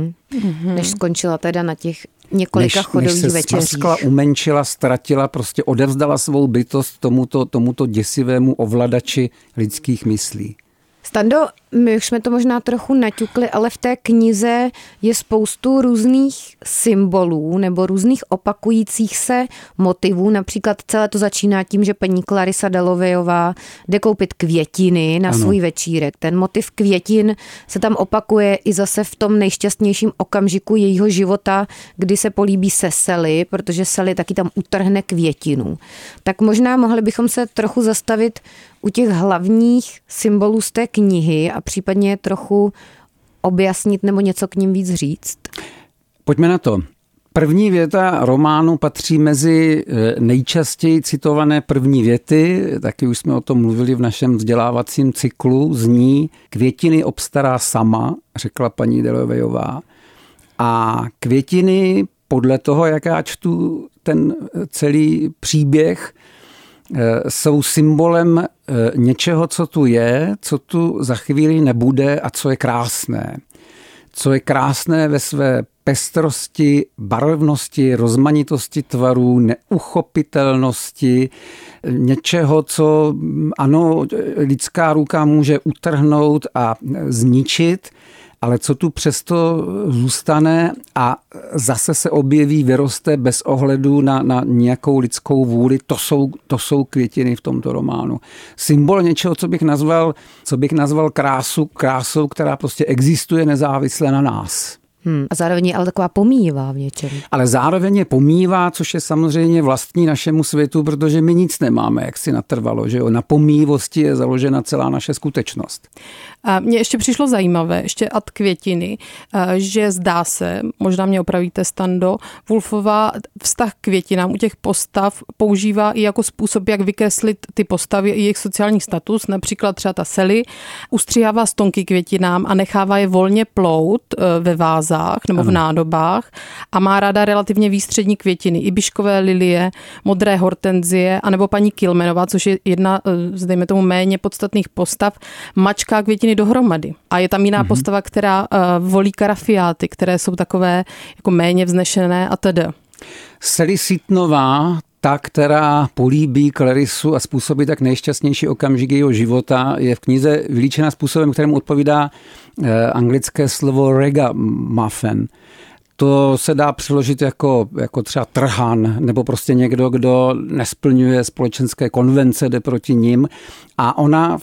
Speaker 1: Než skončila teda na těch několika chodových večeřích.
Speaker 4: Než se smaskla, umenšila, ztratila, prostě odevzdala svou bytost tomuto děsivému ovladači lidských myslí.
Speaker 1: Stando, my už jsme to možná trochu naťukli, ale v té knize je spoustu různých symbolů nebo různých opakujících se motivů. Například celé to začíná tím, že paní Clarissa Dallowayová jde koupit květiny na svůj večírek. Ten motiv květin se tam opakuje i zase v tom nejšťastnějším okamžiku jejího života, kdy se políbí se Sally, protože Sally taky tam utrhne květinu. Tak možná mohli bychom se trochu zastavit u těch hlavních symbolů z té knihy a případně trochu objasnit nebo něco k nim víc říct?
Speaker 4: Pojďme na to. První věta románu patří mezi nejčastěji citované první věty, taky už jsme o tom mluvili v našem vzdělávacím cyklu, zní: květiny obstará sama, řekla paní Dallowayová. A květiny, podle toho, jak já čtu ten celý příběh, jsou symbolem něčeho, co tu je, co tu za chvíli nebude a co je krásné. Co je krásné ve své pestrosti, barevnosti, rozmanitosti tvarů, neuchopitelnosti, něčeho, co ano, lidská ruka může utrhnout a zničit, ale co tu přesto zůstane a zase se objeví, vyroste bez ohledu na nějakou lidskou vůli, to jsou květiny v tomto románu. Symbol něčeho, co bych nazval krásou, která prostě existuje nezávisle na nás.
Speaker 1: A zároveň je ale taková pomíjivá v něčem.
Speaker 4: Ale zároveň je pomíjivá, což je samozřejmě vlastní našemu světu, protože my nic nemáme, jak si natrvalo, že jo? Na pomíjivosti je založena celá naše skutečnost.
Speaker 3: A mně ještě přišlo zajímavé, ještě ad květiny, že zdá se, možná mě opravíte, Stando, Woolfová vztah k květinám u těch postav používá i jako způsob, jak vykreslit ty postavy i jejich sociální status, například třeba ta Sally ustřihává stonky květinám a nechává je volně plout ve vázách nebo v nádobách a má ráda relativně výstřední květiny, ibiškové lilie, modré hortenzie anebo paní Kilmanová, což je jedna z, dejme tomu, méně podstatných postav, mačká květiny dohromady. A je tam jiná postava, která volí karafiáty, které jsou takové jako méně vznešené a tedy.
Speaker 4: Sally Sitnová, ta, která políbí Clarisu a způsobí tak nejšťastnější okamžik jeho života, je v knize vylíčena způsobem, kterému odpovídá anglické slovo ragamuffin. To se dá přeložit jako třeba trhan, nebo prostě někdo, kdo nesplňuje společenské konvence, jde proti nim. A ona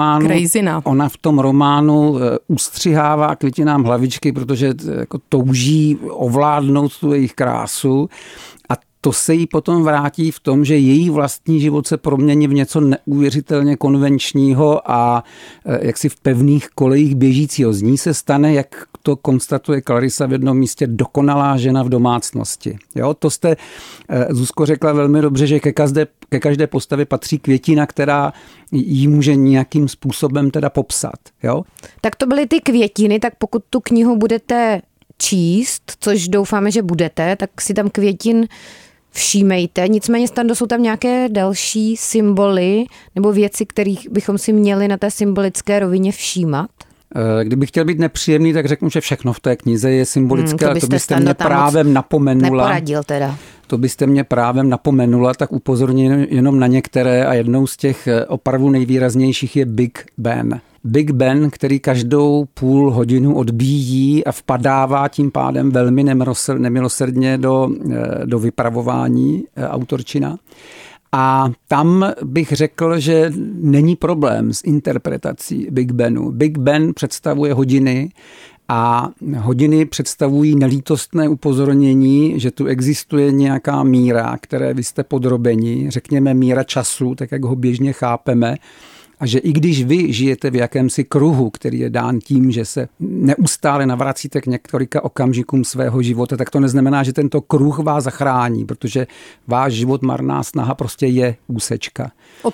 Speaker 4: v tom románu ustřihává květinám hlavičky, protože jako touží ovládnout tu jejich krásu. A to se jí potom vrátí v tom, že její vlastní život se promění v něco neuvěřitelně konvenčního a jaksi v pevných kolejích běžícího. Z ní se stane, jak to konstatuje Clarissa v jednom místě, dokonalá žena v domácnosti. Jo, to jste, Zuzko, řekla velmi dobře, že ke každé postavě patří květina, která jí může nějakým způsobem teda popsat. Jo?
Speaker 1: Tak to byly ty květiny, tak pokud tu knihu budete číst, což doufáme, že budete, tak si tam květin všímejte. Nicméně, Stando, jsou tam nějaké další symboly nebo věci, kterých bychom si měli na té symbolické rovině všímat?
Speaker 4: Kdybych chtěl být nepříjemný, tak řeknu, že všechno v té knize je symbolické, ale to byste mě právem napomenula.
Speaker 1: Neporadil teda.
Speaker 4: To byste mě právem napomenula, tak upozorním jenom na některé a jednou z těch opravdu nejvýraznějších je Big Ben. Big Ben, který každou půl hodinu odbíjí a vpadává tím pádem velmi nemilosrdně do vypravování autorčina. A tam bych řekl, že není problém s interpretací Big Benu. Big Ben představuje hodiny a hodiny představují nelítostné upozornění, že tu existuje nějaká míra, které vy jste podrobeni, řekněme míra času, tak jak ho běžně chápeme, a že i když vy žijete v jakémsi kruhu, který je dán tím, že se neustále navracíte k několika okamžikům svého života, tak to neznamená, že tento kruh vás zachrání, protože váš život, marná snaha, prostě je úsečka.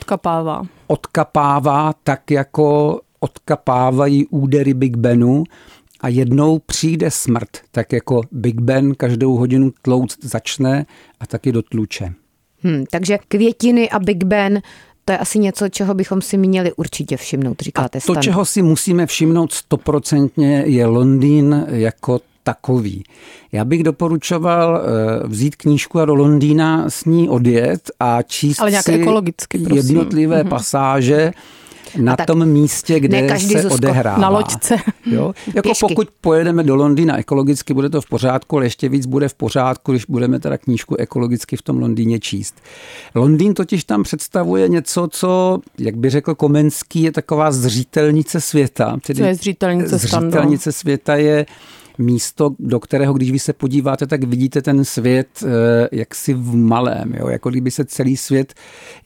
Speaker 4: Odkapává tak, jako odkapávají údery Big Benu a jednou přijde smrt, tak jako Big Ben každou hodinu tlouct začne a taky dotluče.
Speaker 1: Takže květiny a Big Ben, to je asi něco, čeho bychom si měli určitě všimnout, říkáte.
Speaker 4: A to, čeho si musíme všimnout 100%, je Londýn jako takový. Já bych doporučoval vzít knížku a do Londýna s ní odjet a číst si jednotlivé pasáže na tom místě, kde se odehrává.
Speaker 3: Na loďce.
Speaker 4: Jo? Jako pokud pojedeme do Londýna ekologicky, bude to v pořádku, ale ještě víc bude v pořádku, když budeme teda knížku ekologicky v tom Londýně číst. Londýn totiž tam představuje něco, co, jak by řekl Komenský, je taková zřitelnice světa.
Speaker 3: Co je zřitelnice?
Speaker 4: Zřitelnice světa je místo, do kterého, když vy se podíváte, tak vidíte ten svět jaksi v malém. Jo? Jako kdyby se celý svět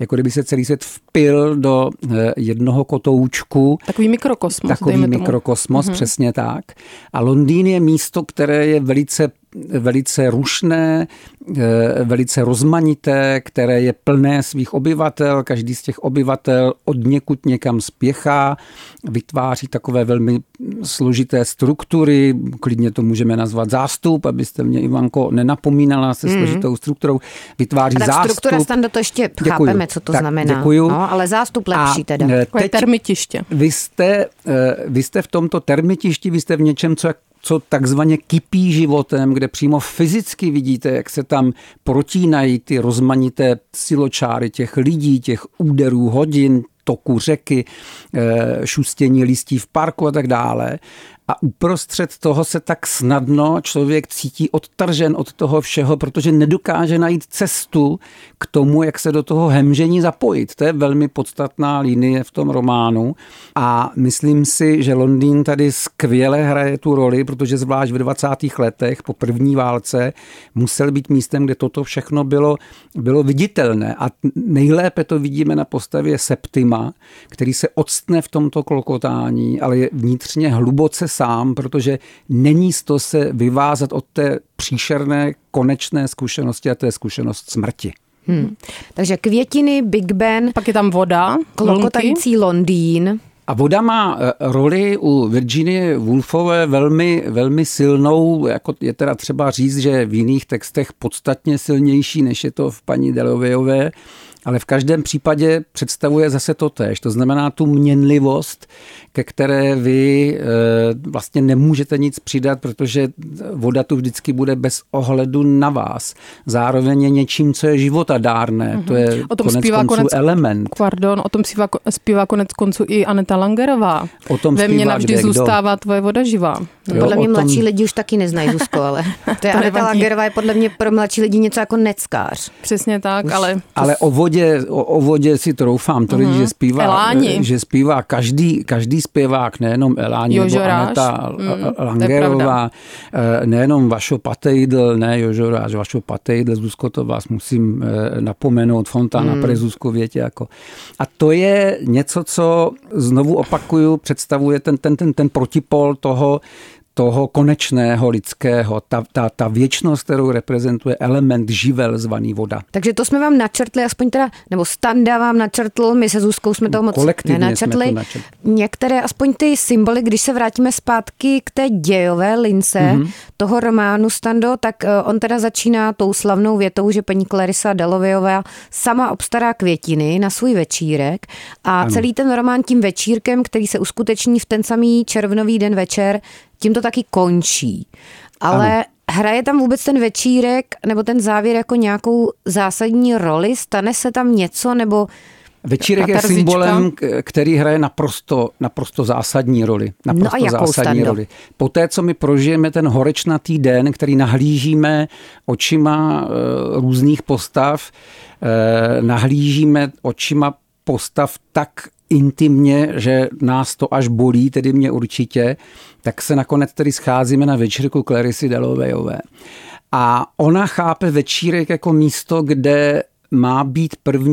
Speaker 4: vpil do jednoho kotoučku.
Speaker 3: Takový mikrokosmos.
Speaker 4: Přesně tak. A Londýn je místo, které je velice rušné, velice rozmanité, které je plné svých obyvatel. Každý z těch obyvatel odněkud někam spěchá, vytváří takové velmi složité struktury, klidně to můžeme nazvat zástup, abyste mě, Ivanko, nenapomínala se složitou strukturou. Vytváří
Speaker 1: a tak
Speaker 4: zástup.
Speaker 1: Struktura, Stando, to ještě chápeme, co to znamená.
Speaker 4: Děkuju.
Speaker 1: No, ale zástup lepší teda.
Speaker 3: Teď termitiště.
Speaker 4: Vy jste v tomto termitišti, vy jste v něčem, co takzvaně kypí životem, kde přímo fyzicky vidíte, jak se tam protínají ty rozmanité siločáry těch lidí, těch úderů hodin, toku řeky, šustění listí v parku a tak dále. a uprostřed toho se tak snadno člověk cítí odtržen od toho všeho, protože nedokáže najít cestu k tomu, jak se do toho hemžení zapojit. To je velmi podstatná linie v tom románu a myslím si, že Londýn tady skvěle hraje tu roli, protože zvlášť v 20. letech po první válce musel být místem, kde toto všechno bylo viditelné a nejlépe to vidíme na postavě Septima, který se octne v tomto klokotání, ale je vnitřně hluboce sám, protože není to se vyvázat od té příšerné konečné zkušenosti a to je zkušenost smrti.
Speaker 1: Takže Květiny, Big Ben,
Speaker 3: pak je tam voda,
Speaker 1: klokotající Londýn.
Speaker 4: A voda má roli u Virginie Woolfové velmi, velmi silnou, jako je teda třeba říct, že v jiných textech podstatně silnější, než je to v paní Dallowayové, ale v každém případě představuje zase totéž. To znamená tu měnlivost, ke které vy vlastně nemůžete nic přidat, protože voda tu vždycky bude bez ohledu na vás. Zároveň je něčím, co je životadárné. To je konec element.
Speaker 3: Pardon, o tom zpívá konec konců i Aneta Langerová.
Speaker 4: Ve
Speaker 3: mně navždy zůstává tvoje voda živá.
Speaker 1: Podle mě mladší lidi už taky neznají, Zuzko, ale to je Aneta Langerová je podle mě pro mladší lidi něco jako neckář.
Speaker 3: Přesně tak, ale...
Speaker 4: Ale o vodě si troufám tvrdit, že zpívá každý zpěvák, nejenom Eláni nebo Aneta Langerová, nejenom Vašo Patejdl, ne Jožoráš, Vašo Patejdl, Zuzko, to vás musím napomenout, Fontána pre Zuzko, větě jako. A to je něco, co znovu opakuju, představuje ten protipol toho konečného lidského, ta věčnost, kterou reprezentuje element živel zvaný voda.
Speaker 1: Takže to jsme vám načrtli, aspoň teda, nebo Standa vám načrtl, my se Zuzkou jsme toho moc nenačrtli. Některé, aspoň ty symboly, když se vrátíme zpátky k té dějové lince toho románu, Stando, tak on teda začíná tou slavnou větou, že paní Clarissa Dallowayová sama obstará květiny na svůj večírek a celý ten román tím večírkem, který se uskuteční v ten samý červnový den večer, tím to taky končí. Ale hraje tam vůbec ten večírek nebo ten závěr jako nějakou zásadní roli? Stane se tam něco nebo...
Speaker 4: Večírek je symbolem, který hraje naprosto zásadní roli. Roli. Poté, co my prožijeme ten horečnatý den, který nahlížíme očima různých postav, nahlížíme očima postav tak intimně, že nás to až bolí, tedy mě určitě, tak se nakonec tedy scházíme na večírku Clarissy Dallowayové. A ona chápe večírek jako místo, kde má být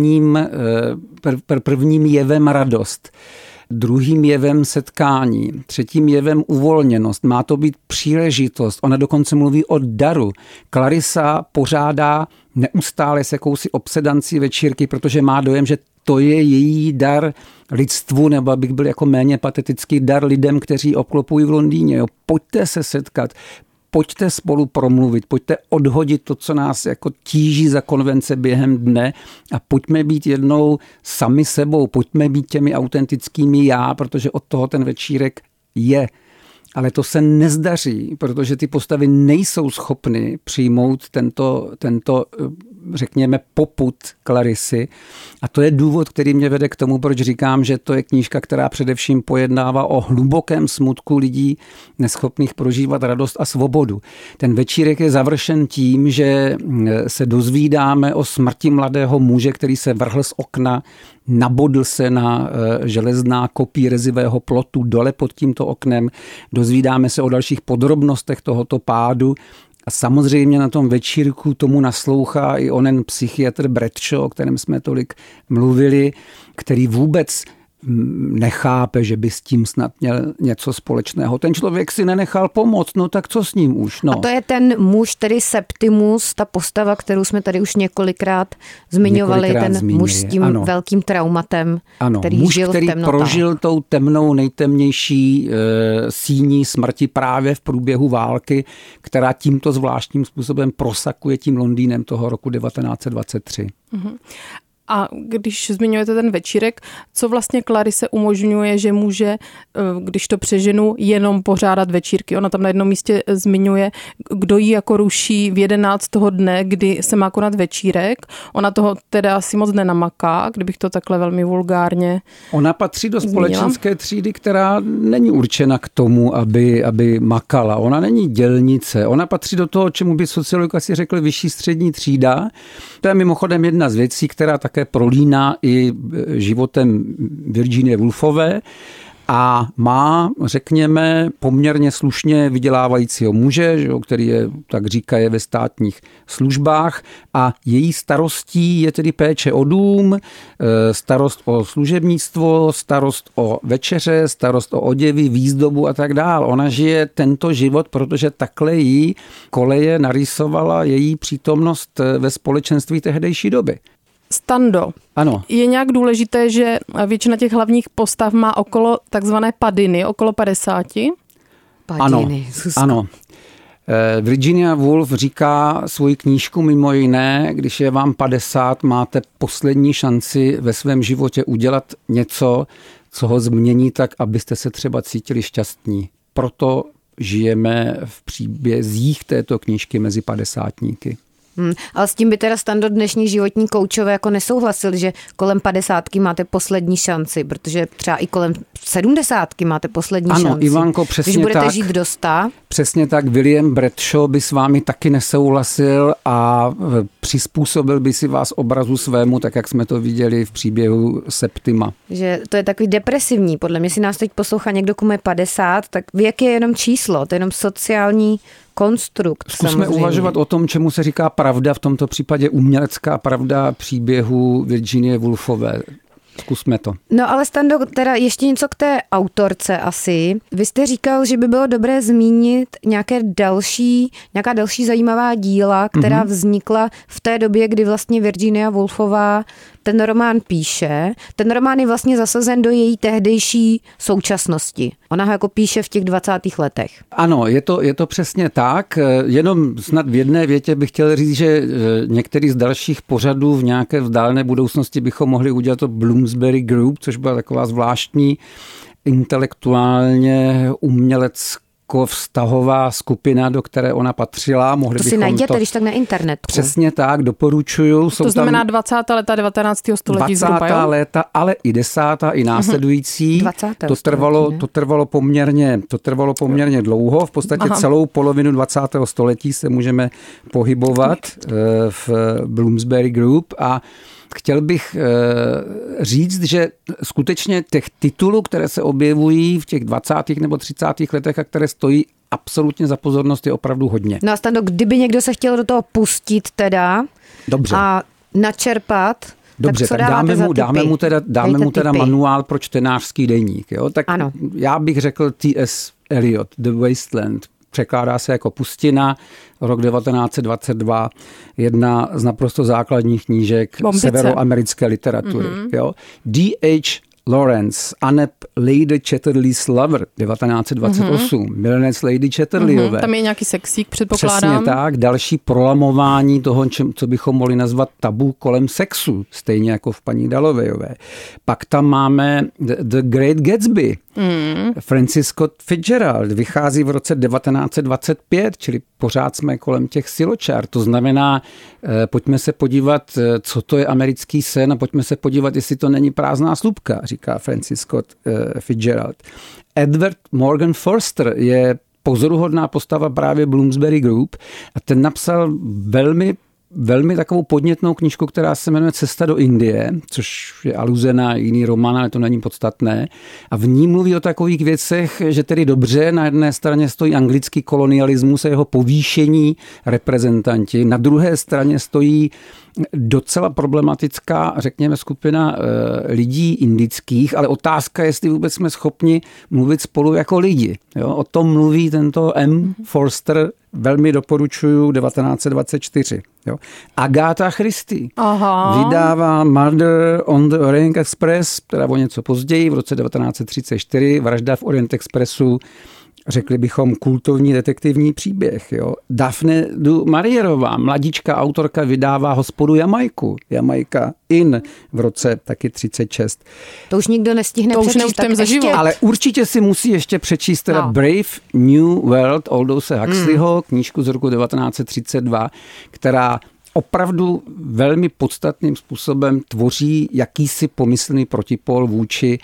Speaker 4: prvním jevem radost, druhým jevem setkání, třetím jevem uvolněnost. Má to být příležitost. Ona dokonce mluví o daru. Clarissa pořádá neustále s jakousi obsedancí večírky, protože má dojem, že to je její dar lidstvu, nebo abych byl jako méně patetický, dar lidem, kteří obklopují v Londýně. Jo. Pojďte se setkat, pojďte spolu promluvit, pojďte odhodit to, co nás jako tíží za konvence během dne a pojďme být jednou sami sebou, pojďme být těmi autentickými já, protože od toho ten večírek je. Ale to se nezdaří, protože ty postavy nejsou schopny přijmout tento řekněme, popud Clarissy. A to je důvod, který mě vede k tomu, proč říkám, že to je knížka, která především pojednává o hlubokém smutku lidí neschopných prožívat radost a svobodu. Ten večírek je završen tím, že se dozvídáme o smrti mladého muže, který se vrhl z okna, nabodl se na železná kopí rezivého plotu dole pod tímto oknem. Dozvídáme se o dalších podrobnostech tohoto pádu. A samozřejmě na tom večírku tomu naslouchá i onen psychiatr Bradshaw, o kterém jsme tolik mluvili, který vůbec nechápe, že by s tím snad měl něco společného. Ten člověk si nenechal pomoct, no tak co s ním už? No.
Speaker 1: A to je ten muž, tedy Septimus, ta postava, kterou jsme tady už několikrát zmiňovali, muž s tím velkým traumatem, který
Speaker 4: muž,
Speaker 1: žil
Speaker 4: který
Speaker 1: v temnotách.
Speaker 4: Prožil tou temnou, nejtemnější síní smrti právě v průběhu války, která tímto zvláštním způsobem prosakuje tím Londýnem toho roku 1923.
Speaker 3: A když zmiňujete ten večírek, co vlastně Clarise umožňuje, že může, když to přeženu, jenom pořádat večírky. Ona tam na jednom místě zmiňuje, kdo jí jako ruší v 11 toho dne, kdy se má konat večírek. Ona toho teda asi moc nenamaká, kdybych to takhle velmi vulgárně
Speaker 4: Ona patří do společenské třídy, která není určena k tomu, aby makala. Ona není dělnice. Ona patří do toho, čemu by sociolog asi řekl vyšší střední třída. To je mimochodem jedna z věcí, která také prolíná i životem Virginie Woolfové a má, řekněme, poměrně slušně vydělávajícího muže, který je, tak říkají, ve státních službách a její starostí je tedy péče o dům, starost o služebnictvo, starost o večeře, starost o oděvy, výzdobu a tak dál. Ona žije tento život, protože takhle jí koleje narýsovala její přítomnost ve společenství tehdejší doby.
Speaker 3: Stando.
Speaker 4: Ano.
Speaker 3: Je nějak důležité, že většina těch hlavních postav má okolo takzvané padiny, okolo 50?
Speaker 1: Padiny,
Speaker 4: ano. Virginia Woolf říká svoji knížku mimo jiné, když je vám 50, máte poslední šanci ve svém životě udělat něco, co ho změní tak, abyste se třeba cítili šťastní. Proto žijeme v příbězích této knížky mezi padesátníky.
Speaker 1: Ale s tím by teda Stando dnešní životní koučové jako nesouhlasil, že kolem 50 máte poslední šanci, protože třeba i kolem 70 máte poslední šanci.
Speaker 4: Ano, Ivanko, přesně tak.
Speaker 1: Když budete žít do 100.
Speaker 4: Přesně tak, William Bradshaw by s vámi taky nesouhlasil a přizpůsobil by si vás obrazu svému, tak jak jsme to viděli v příběhu Septima.
Speaker 1: Že to je takový depresivní, podle mě si nás teď poslouchá někdo, komu je 50, tak věk je jenom číslo, to je jenom sociální konstrukt.
Speaker 4: Zkusme
Speaker 1: samozřejmě
Speaker 4: uvažovat o tom, čemu se říká pravda, v tomto případě umělecká pravda příběhu Virginie Woolfové. Zkusme to.
Speaker 1: No ale Stando, teda ještě něco k té autorce asi. Vy jste říkal, že by bylo dobré zmínit nějaká další zajímavá díla, která vznikla v té době, kdy vlastně Virginia Woolfová ten román píše. Ten román je vlastně zasazen do její tehdejší současnosti. Ona ho jako píše v těch 20. letech.
Speaker 4: Ano, je to přesně tak. Jenom snad v jedné větě bych chtěl říct, že některý z dalších pořadů v nějaké vzdálené budoucnosti bychom mohli udělat to Bloomsbury Group, což byla taková zvláštní intelektuálně umělecko-vztahová skupina, do které ona patřila.
Speaker 1: To si najděte, když tak na internetu.
Speaker 4: Přesně tak, doporučuju.
Speaker 3: To znamená 20. leta 19. století
Speaker 4: 20.
Speaker 3: zhruba, jo?
Speaker 4: léta, ale i 10. i následující.
Speaker 1: 20.
Speaker 4: To trvalo poměrně dlouho. V podstatě celou polovinu 20. století se můžeme pohybovat v Bloomsbury Group a chtěl bych říct, že skutečně těch titulů, které se objevují v těch 20. nebo 30. letech a které stojí absolutně za pozornost, je opravdu hodně.
Speaker 1: No a Stando, kdyby někdo se chtěl do toho pustit teda
Speaker 4: Dobře.
Speaker 1: A načerpat,
Speaker 4: dobře, tak dáme mu teda manuál pro čtenářský deník. Jo? Tak ano. Já bych řekl T.S. Eliot, The Wasteland. Překládá se jako Pustina, rok 1922, jedna z naprosto základních knížek severoamerické literatury. Jo? D.H. Lawrence, Aneb Lady Chatterley's Lover, 1928, Milenec Lady Chatterleyové.
Speaker 3: Tam je nějaký sexík, předpokládám.
Speaker 4: Přesně tak, další prolamování toho, co bychom mohli nazvat tabu kolem sexu, stejně jako v paní Dallowayové. Pak tam máme The Great Gatsby, Francis Scott Fitzgerald, vychází v roce 1925, čili pořád jsme kolem těch siločár. To znamená, pojďme se podívat, co to je americký sen a pojďme se podívat, jestli to není prázdná slupka, říká Francis Scott Fitzgerald. Edward Morgan Forster je pozoruhodná postava právě Bloomsbury Group a ten napsal velmi takovou podnětnou knížku, která se jmenuje Cesta do Indie, což je aluze na jiný román, ale to není podstatné. A v ní mluví o takových věcech, že tedy dobře, na jedné straně stojí anglický kolonialismus a jeho povýšení reprezentanti, na druhé straně stojí docela problematická, řekněme, skupina lidí indických, ale otázka je, jestli vůbec jsme schopni mluvit spolu jako lidi. Jo? O tom mluví tento M. Forster, velmi doporučuju, 1924. Jo? Agatha Christie vydává Murder on the Orient Express, teda o něco později, v roce 1934, Vražda v Orient Expressu, řekli bychom kultovní detektivní příběh. Jo. Daphne du Maurierová, mladíčka autorka, vydává Hospodu Jamajku. Jamajka in v roce taky 36.
Speaker 1: To už nikdo nestihne přečíst.
Speaker 4: Ale určitě si musí ještě přečíst teda Brave New World Aldose Huxleyho, knížku z roku 1932, která opravdu velmi podstatným způsobem tvoří jakýsi pomyslný protipol vůči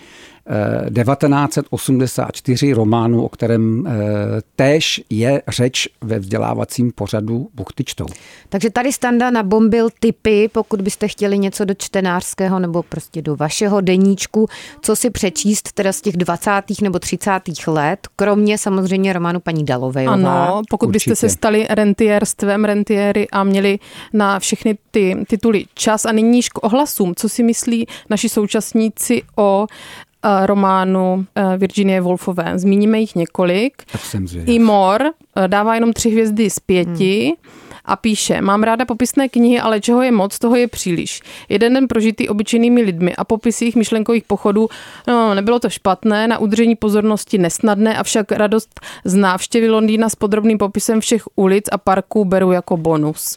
Speaker 4: 1984 románu, o kterém též je řeč ve vzdělávacím pořadu Buchty čtou.
Speaker 1: Takže tady Standa nabombil tipy, pokud byste chtěli něco do čtenářského nebo prostě do vašeho deníčku, co si přečíst teda z těch 20. nebo 30. let, kromě samozřejmě románu paní Dalovejová.
Speaker 3: Ano, pokud byste se stali rentiéry a měli na všechny ty tituly čas a nyní k ohlasům, co si myslí naši současníci o románu Virginie Woolfové. Zmíníme jich několik. I Mor dává jenom 3 hvězdy z 5 a píše: mám ráda popisné knihy, ale čeho je moc, toho je příliš. Jeden den prožitý obyčejnými lidmi a popis jejich myšlenkových pochodů, nebylo to špatné, na udržení pozornosti nesnadné, avšak radost z návštěvy Londýna s podrobným popisem všech ulic a parků beru jako bonus.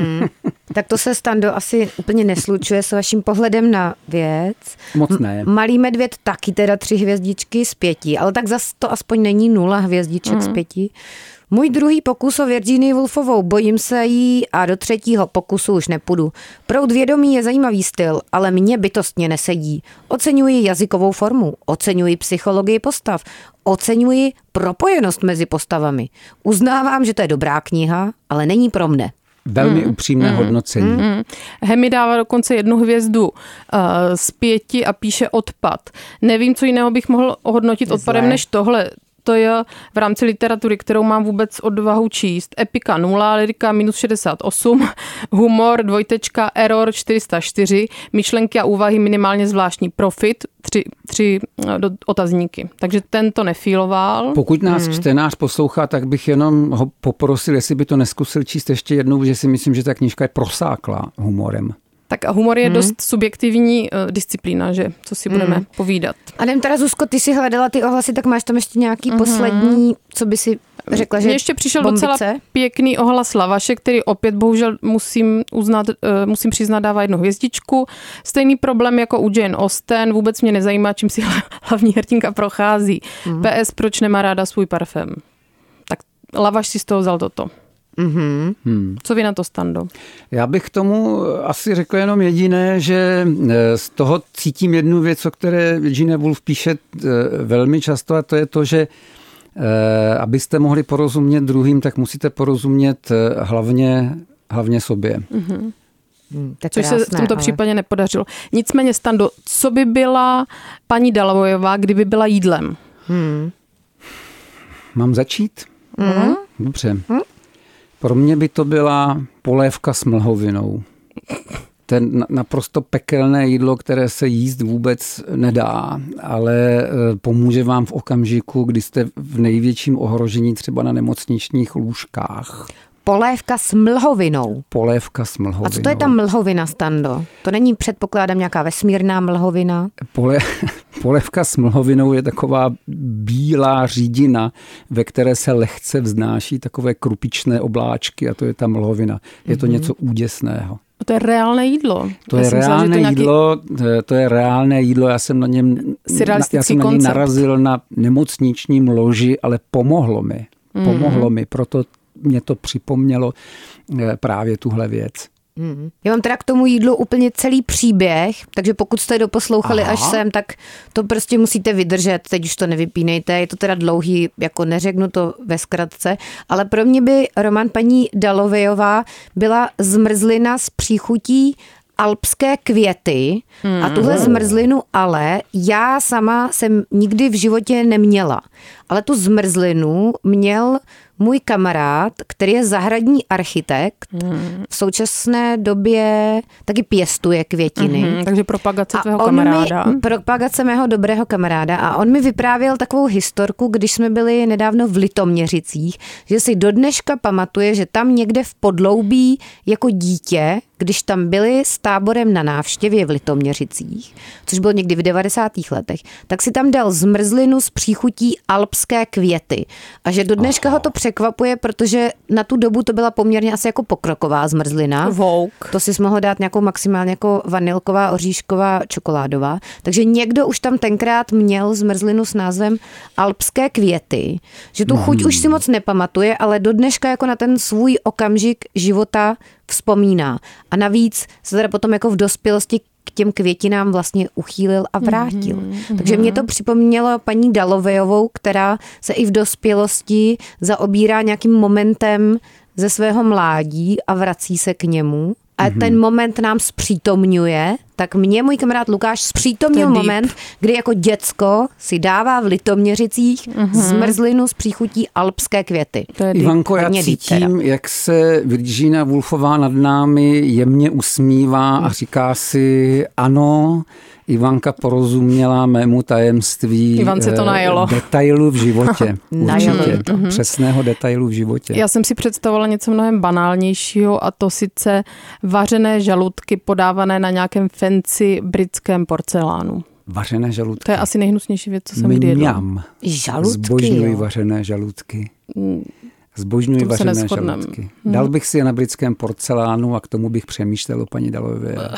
Speaker 1: Tak to se, Stando, asi úplně neslučuje s vaším pohledem na věc.
Speaker 4: Moc ne.
Speaker 1: Malý medvěd taky teda 3 hvězdičky z 5, ale tak zas to aspoň není 0 hvězdiček z 5. Můj druhý pokus o Virginii Woolfovou, bojím se jí a do 3. pokusu už nepůjdu. Proud vědomí je zajímavý styl, ale mně bytostně nesedí. Oceňuji jazykovou formu, oceňuji psychologii postav, oceňuji propojenost mezi postavami. Uznávám, že to je dobrá kniha, ale není pro mne.
Speaker 4: Velmi upřímné hodnocení.
Speaker 3: Hemi dává dokonce 1 hvězdu z 5 a píše odpad. Nevím, co jiného bych mohl ohodnotit odpadem než tohle. To je v rámci literatury, kterou mám vůbec odvahu číst. Epika 0, lyrika -68, humor 2, error 404, myšlenky a úvahy minimálně zvláštní, profit 3 otazníky. Takže ten to nefíloval.
Speaker 4: Pokud nás čtenář poslouchá, tak bych jenom ho poprosil, jestli by to neskusil číst ještě jednou, že si myslím, že ta knížka je prosáklá humorem.
Speaker 3: Tak a humor je dost subjektivní disciplína, že? Co si budeme povídat.
Speaker 1: A jdem teda, Zuzko, ty si hledala ty ohlasy, tak máš tam ještě nějaký poslední, co by si řekla, že
Speaker 3: mně ještě přišel
Speaker 1: bombice?
Speaker 3: Docela pěkný ohlas Lavaše, který opět bohužel musím přiznat, dává 1 hvězdičku. Stejný problém jako u Jane Austen, vůbec mě nezajímá, čím si hlavní hrdinka prochází. PS, proč nemá ráda svůj parfém? Tak Lavaš si z toho vzal toto. Co vy na to, Stando?
Speaker 4: Já bych k tomu asi řekl jenom jediné, že z toho cítím jednu věc, o které Virginia Woolf píše velmi často, a to je to, že abyste mohli porozumět druhým, tak musíte porozumět hlavně sobě.
Speaker 3: Což se v tomto případě nepodařilo. Nicméně, Stando, co by byla paní Dalovejová, kdyby byla jídlem?
Speaker 4: Mám začít? Dobře. Pro mě by to byla polévka s mlhovinou. Ten naprosto pekelné jídlo, které se jíst vůbec nedá, ale pomůže vám v okamžiku, kdy jste v největším ohrožení třeba na nemocničních lůžkách.
Speaker 1: Polévka s mlhovinou.
Speaker 4: Polévka s mlhovinou.
Speaker 1: A co to je ta mlhovina, Stando? To není, předpokládám, nějaká vesmírná mlhovina?
Speaker 4: Polévka s mlhovinou je taková bílá řídina, ve které se lehce vznáší takové krupičné obláčky, a to je ta mlhovina. Je to něco úděsného.
Speaker 3: To je reálné jídlo.
Speaker 4: To je reálné jídlo. Já jsem na něj narazil na nemocničním loži, ale pomohlo mi. Proto mě to připomnělo právě tuhle věc.
Speaker 1: Já mám teda k tomu jídlu úplně celý příběh, takže pokud jste doposlouchali až sem, tak to prostě musíte vydržet, teď už to nevypínejte, je to teda dlouhý, jako neřeknu to ve zkratce, ale pro mě by román paní Dalovejová byla zmrzlina s příchutí alpské květy a tuhle zmrzlinu ale já sama jsem nikdy v životě neměla. Ale tu zmrzlinu měl můj kamarád, který je zahradní architekt, v současné době taky pěstuje květiny.
Speaker 3: Takže propagace tvého kamaráda.
Speaker 1: Propagace mého dobrého kamaráda. A on mi vyprávěl takovou historku, když jsme byli nedávno v Litoměřicích, že si do dneška pamatuje, že tam někde v podloubí jako dítě, když tam byli s táborem na návštěvě v Litoměřicích, což bylo někdy v 90. letech, tak si tam dal zmrzlinu s příchutí alpské květy. A že do dneška ho to překvapuje, protože na tu dobu to byla poměrně asi jako pokroková zmrzlina.
Speaker 3: Vogue.
Speaker 1: To si mohl dát nějakou maximálně jako vanilková, oříšková, čokoládová. Takže někdo už tam tenkrát měl zmrzlinu s názvem alpské květy. Že tu chuť už si moc nepamatuje, ale do dneška jako na ten svůj okamžik života vzpomíná. A navíc se teda potom jako v dospělosti k těm květinám vlastně uchýlil a vrátil. Takže mě to připomnělo paní Dalovejovou, která se i v dospělosti zaobírá nějakým momentem ze svého mládí a vrací se k němu. A ten moment nám zpřítomňuje, tak mě můj kamarád Lukáš zpřítomnil moment, kdy jako děcko si dává v Litoměřicích zmrzlinu s příchutí alpské květy.
Speaker 4: Ivanko, já cítím, jak se Virginia Woolfová nad námi jemně usmívá a říká si ano, Ivanka porozuměla mému tajemství detailu v životě. Určitě. Přesného detailu v životě.
Speaker 3: Já jsem si představovala něco mnohem banálnějšího, a to sice vařené žaludky podávané na nějakém fancy britském porcelánu.
Speaker 4: Vařené žaludky.
Speaker 3: To je asi nejhnusnější věc, co jsem kdy jedla.
Speaker 1: Žaludky,
Speaker 4: zbožňuji vařené žaludky. Zbožňuji vařené žaludky. Dal bych si je na britském porcelánu a k tomu bych přemýšlel o paní Dalovejové.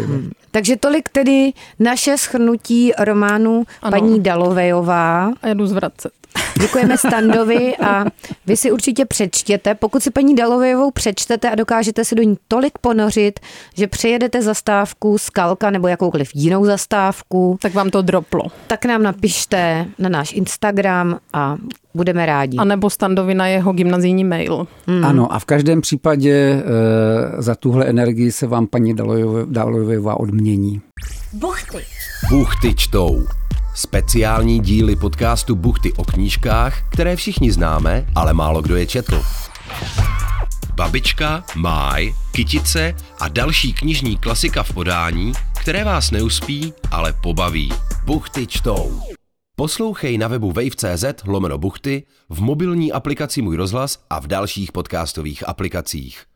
Speaker 1: Takže tolik tedy naše shrnutí románu paní Dalovejová.
Speaker 3: A jdu zvracet.
Speaker 1: Děkujeme Standovi a vy si určitě přečtěte. Pokud si paní Dalovejovou přečtete a dokážete si do ní tolik ponořit, že přejedete zastávku Skalka nebo jakoukoliv jinou zastávku,
Speaker 3: tak vám to droplo.
Speaker 1: Tak nám napište na náš Instagram a budeme rádi.
Speaker 3: A nebo Standovi na jeho gymnazijní mail.
Speaker 4: Ano, a v každém případě za tuhle energii se vám paní Dalovejová odmění.
Speaker 2: Buchty čtou. Speciální díly podcastu Buchty o knížkách, které všichni známe, ale málo kdo je četl. Babička, Máj, Kytice a další knižní klasika v podání, které vás neuspí, ale pobaví. Buchty čtou. Poslouchej na webu wave.cz/buchty, v mobilní aplikaci Můj rozhlas a v dalších podcastových aplikacích.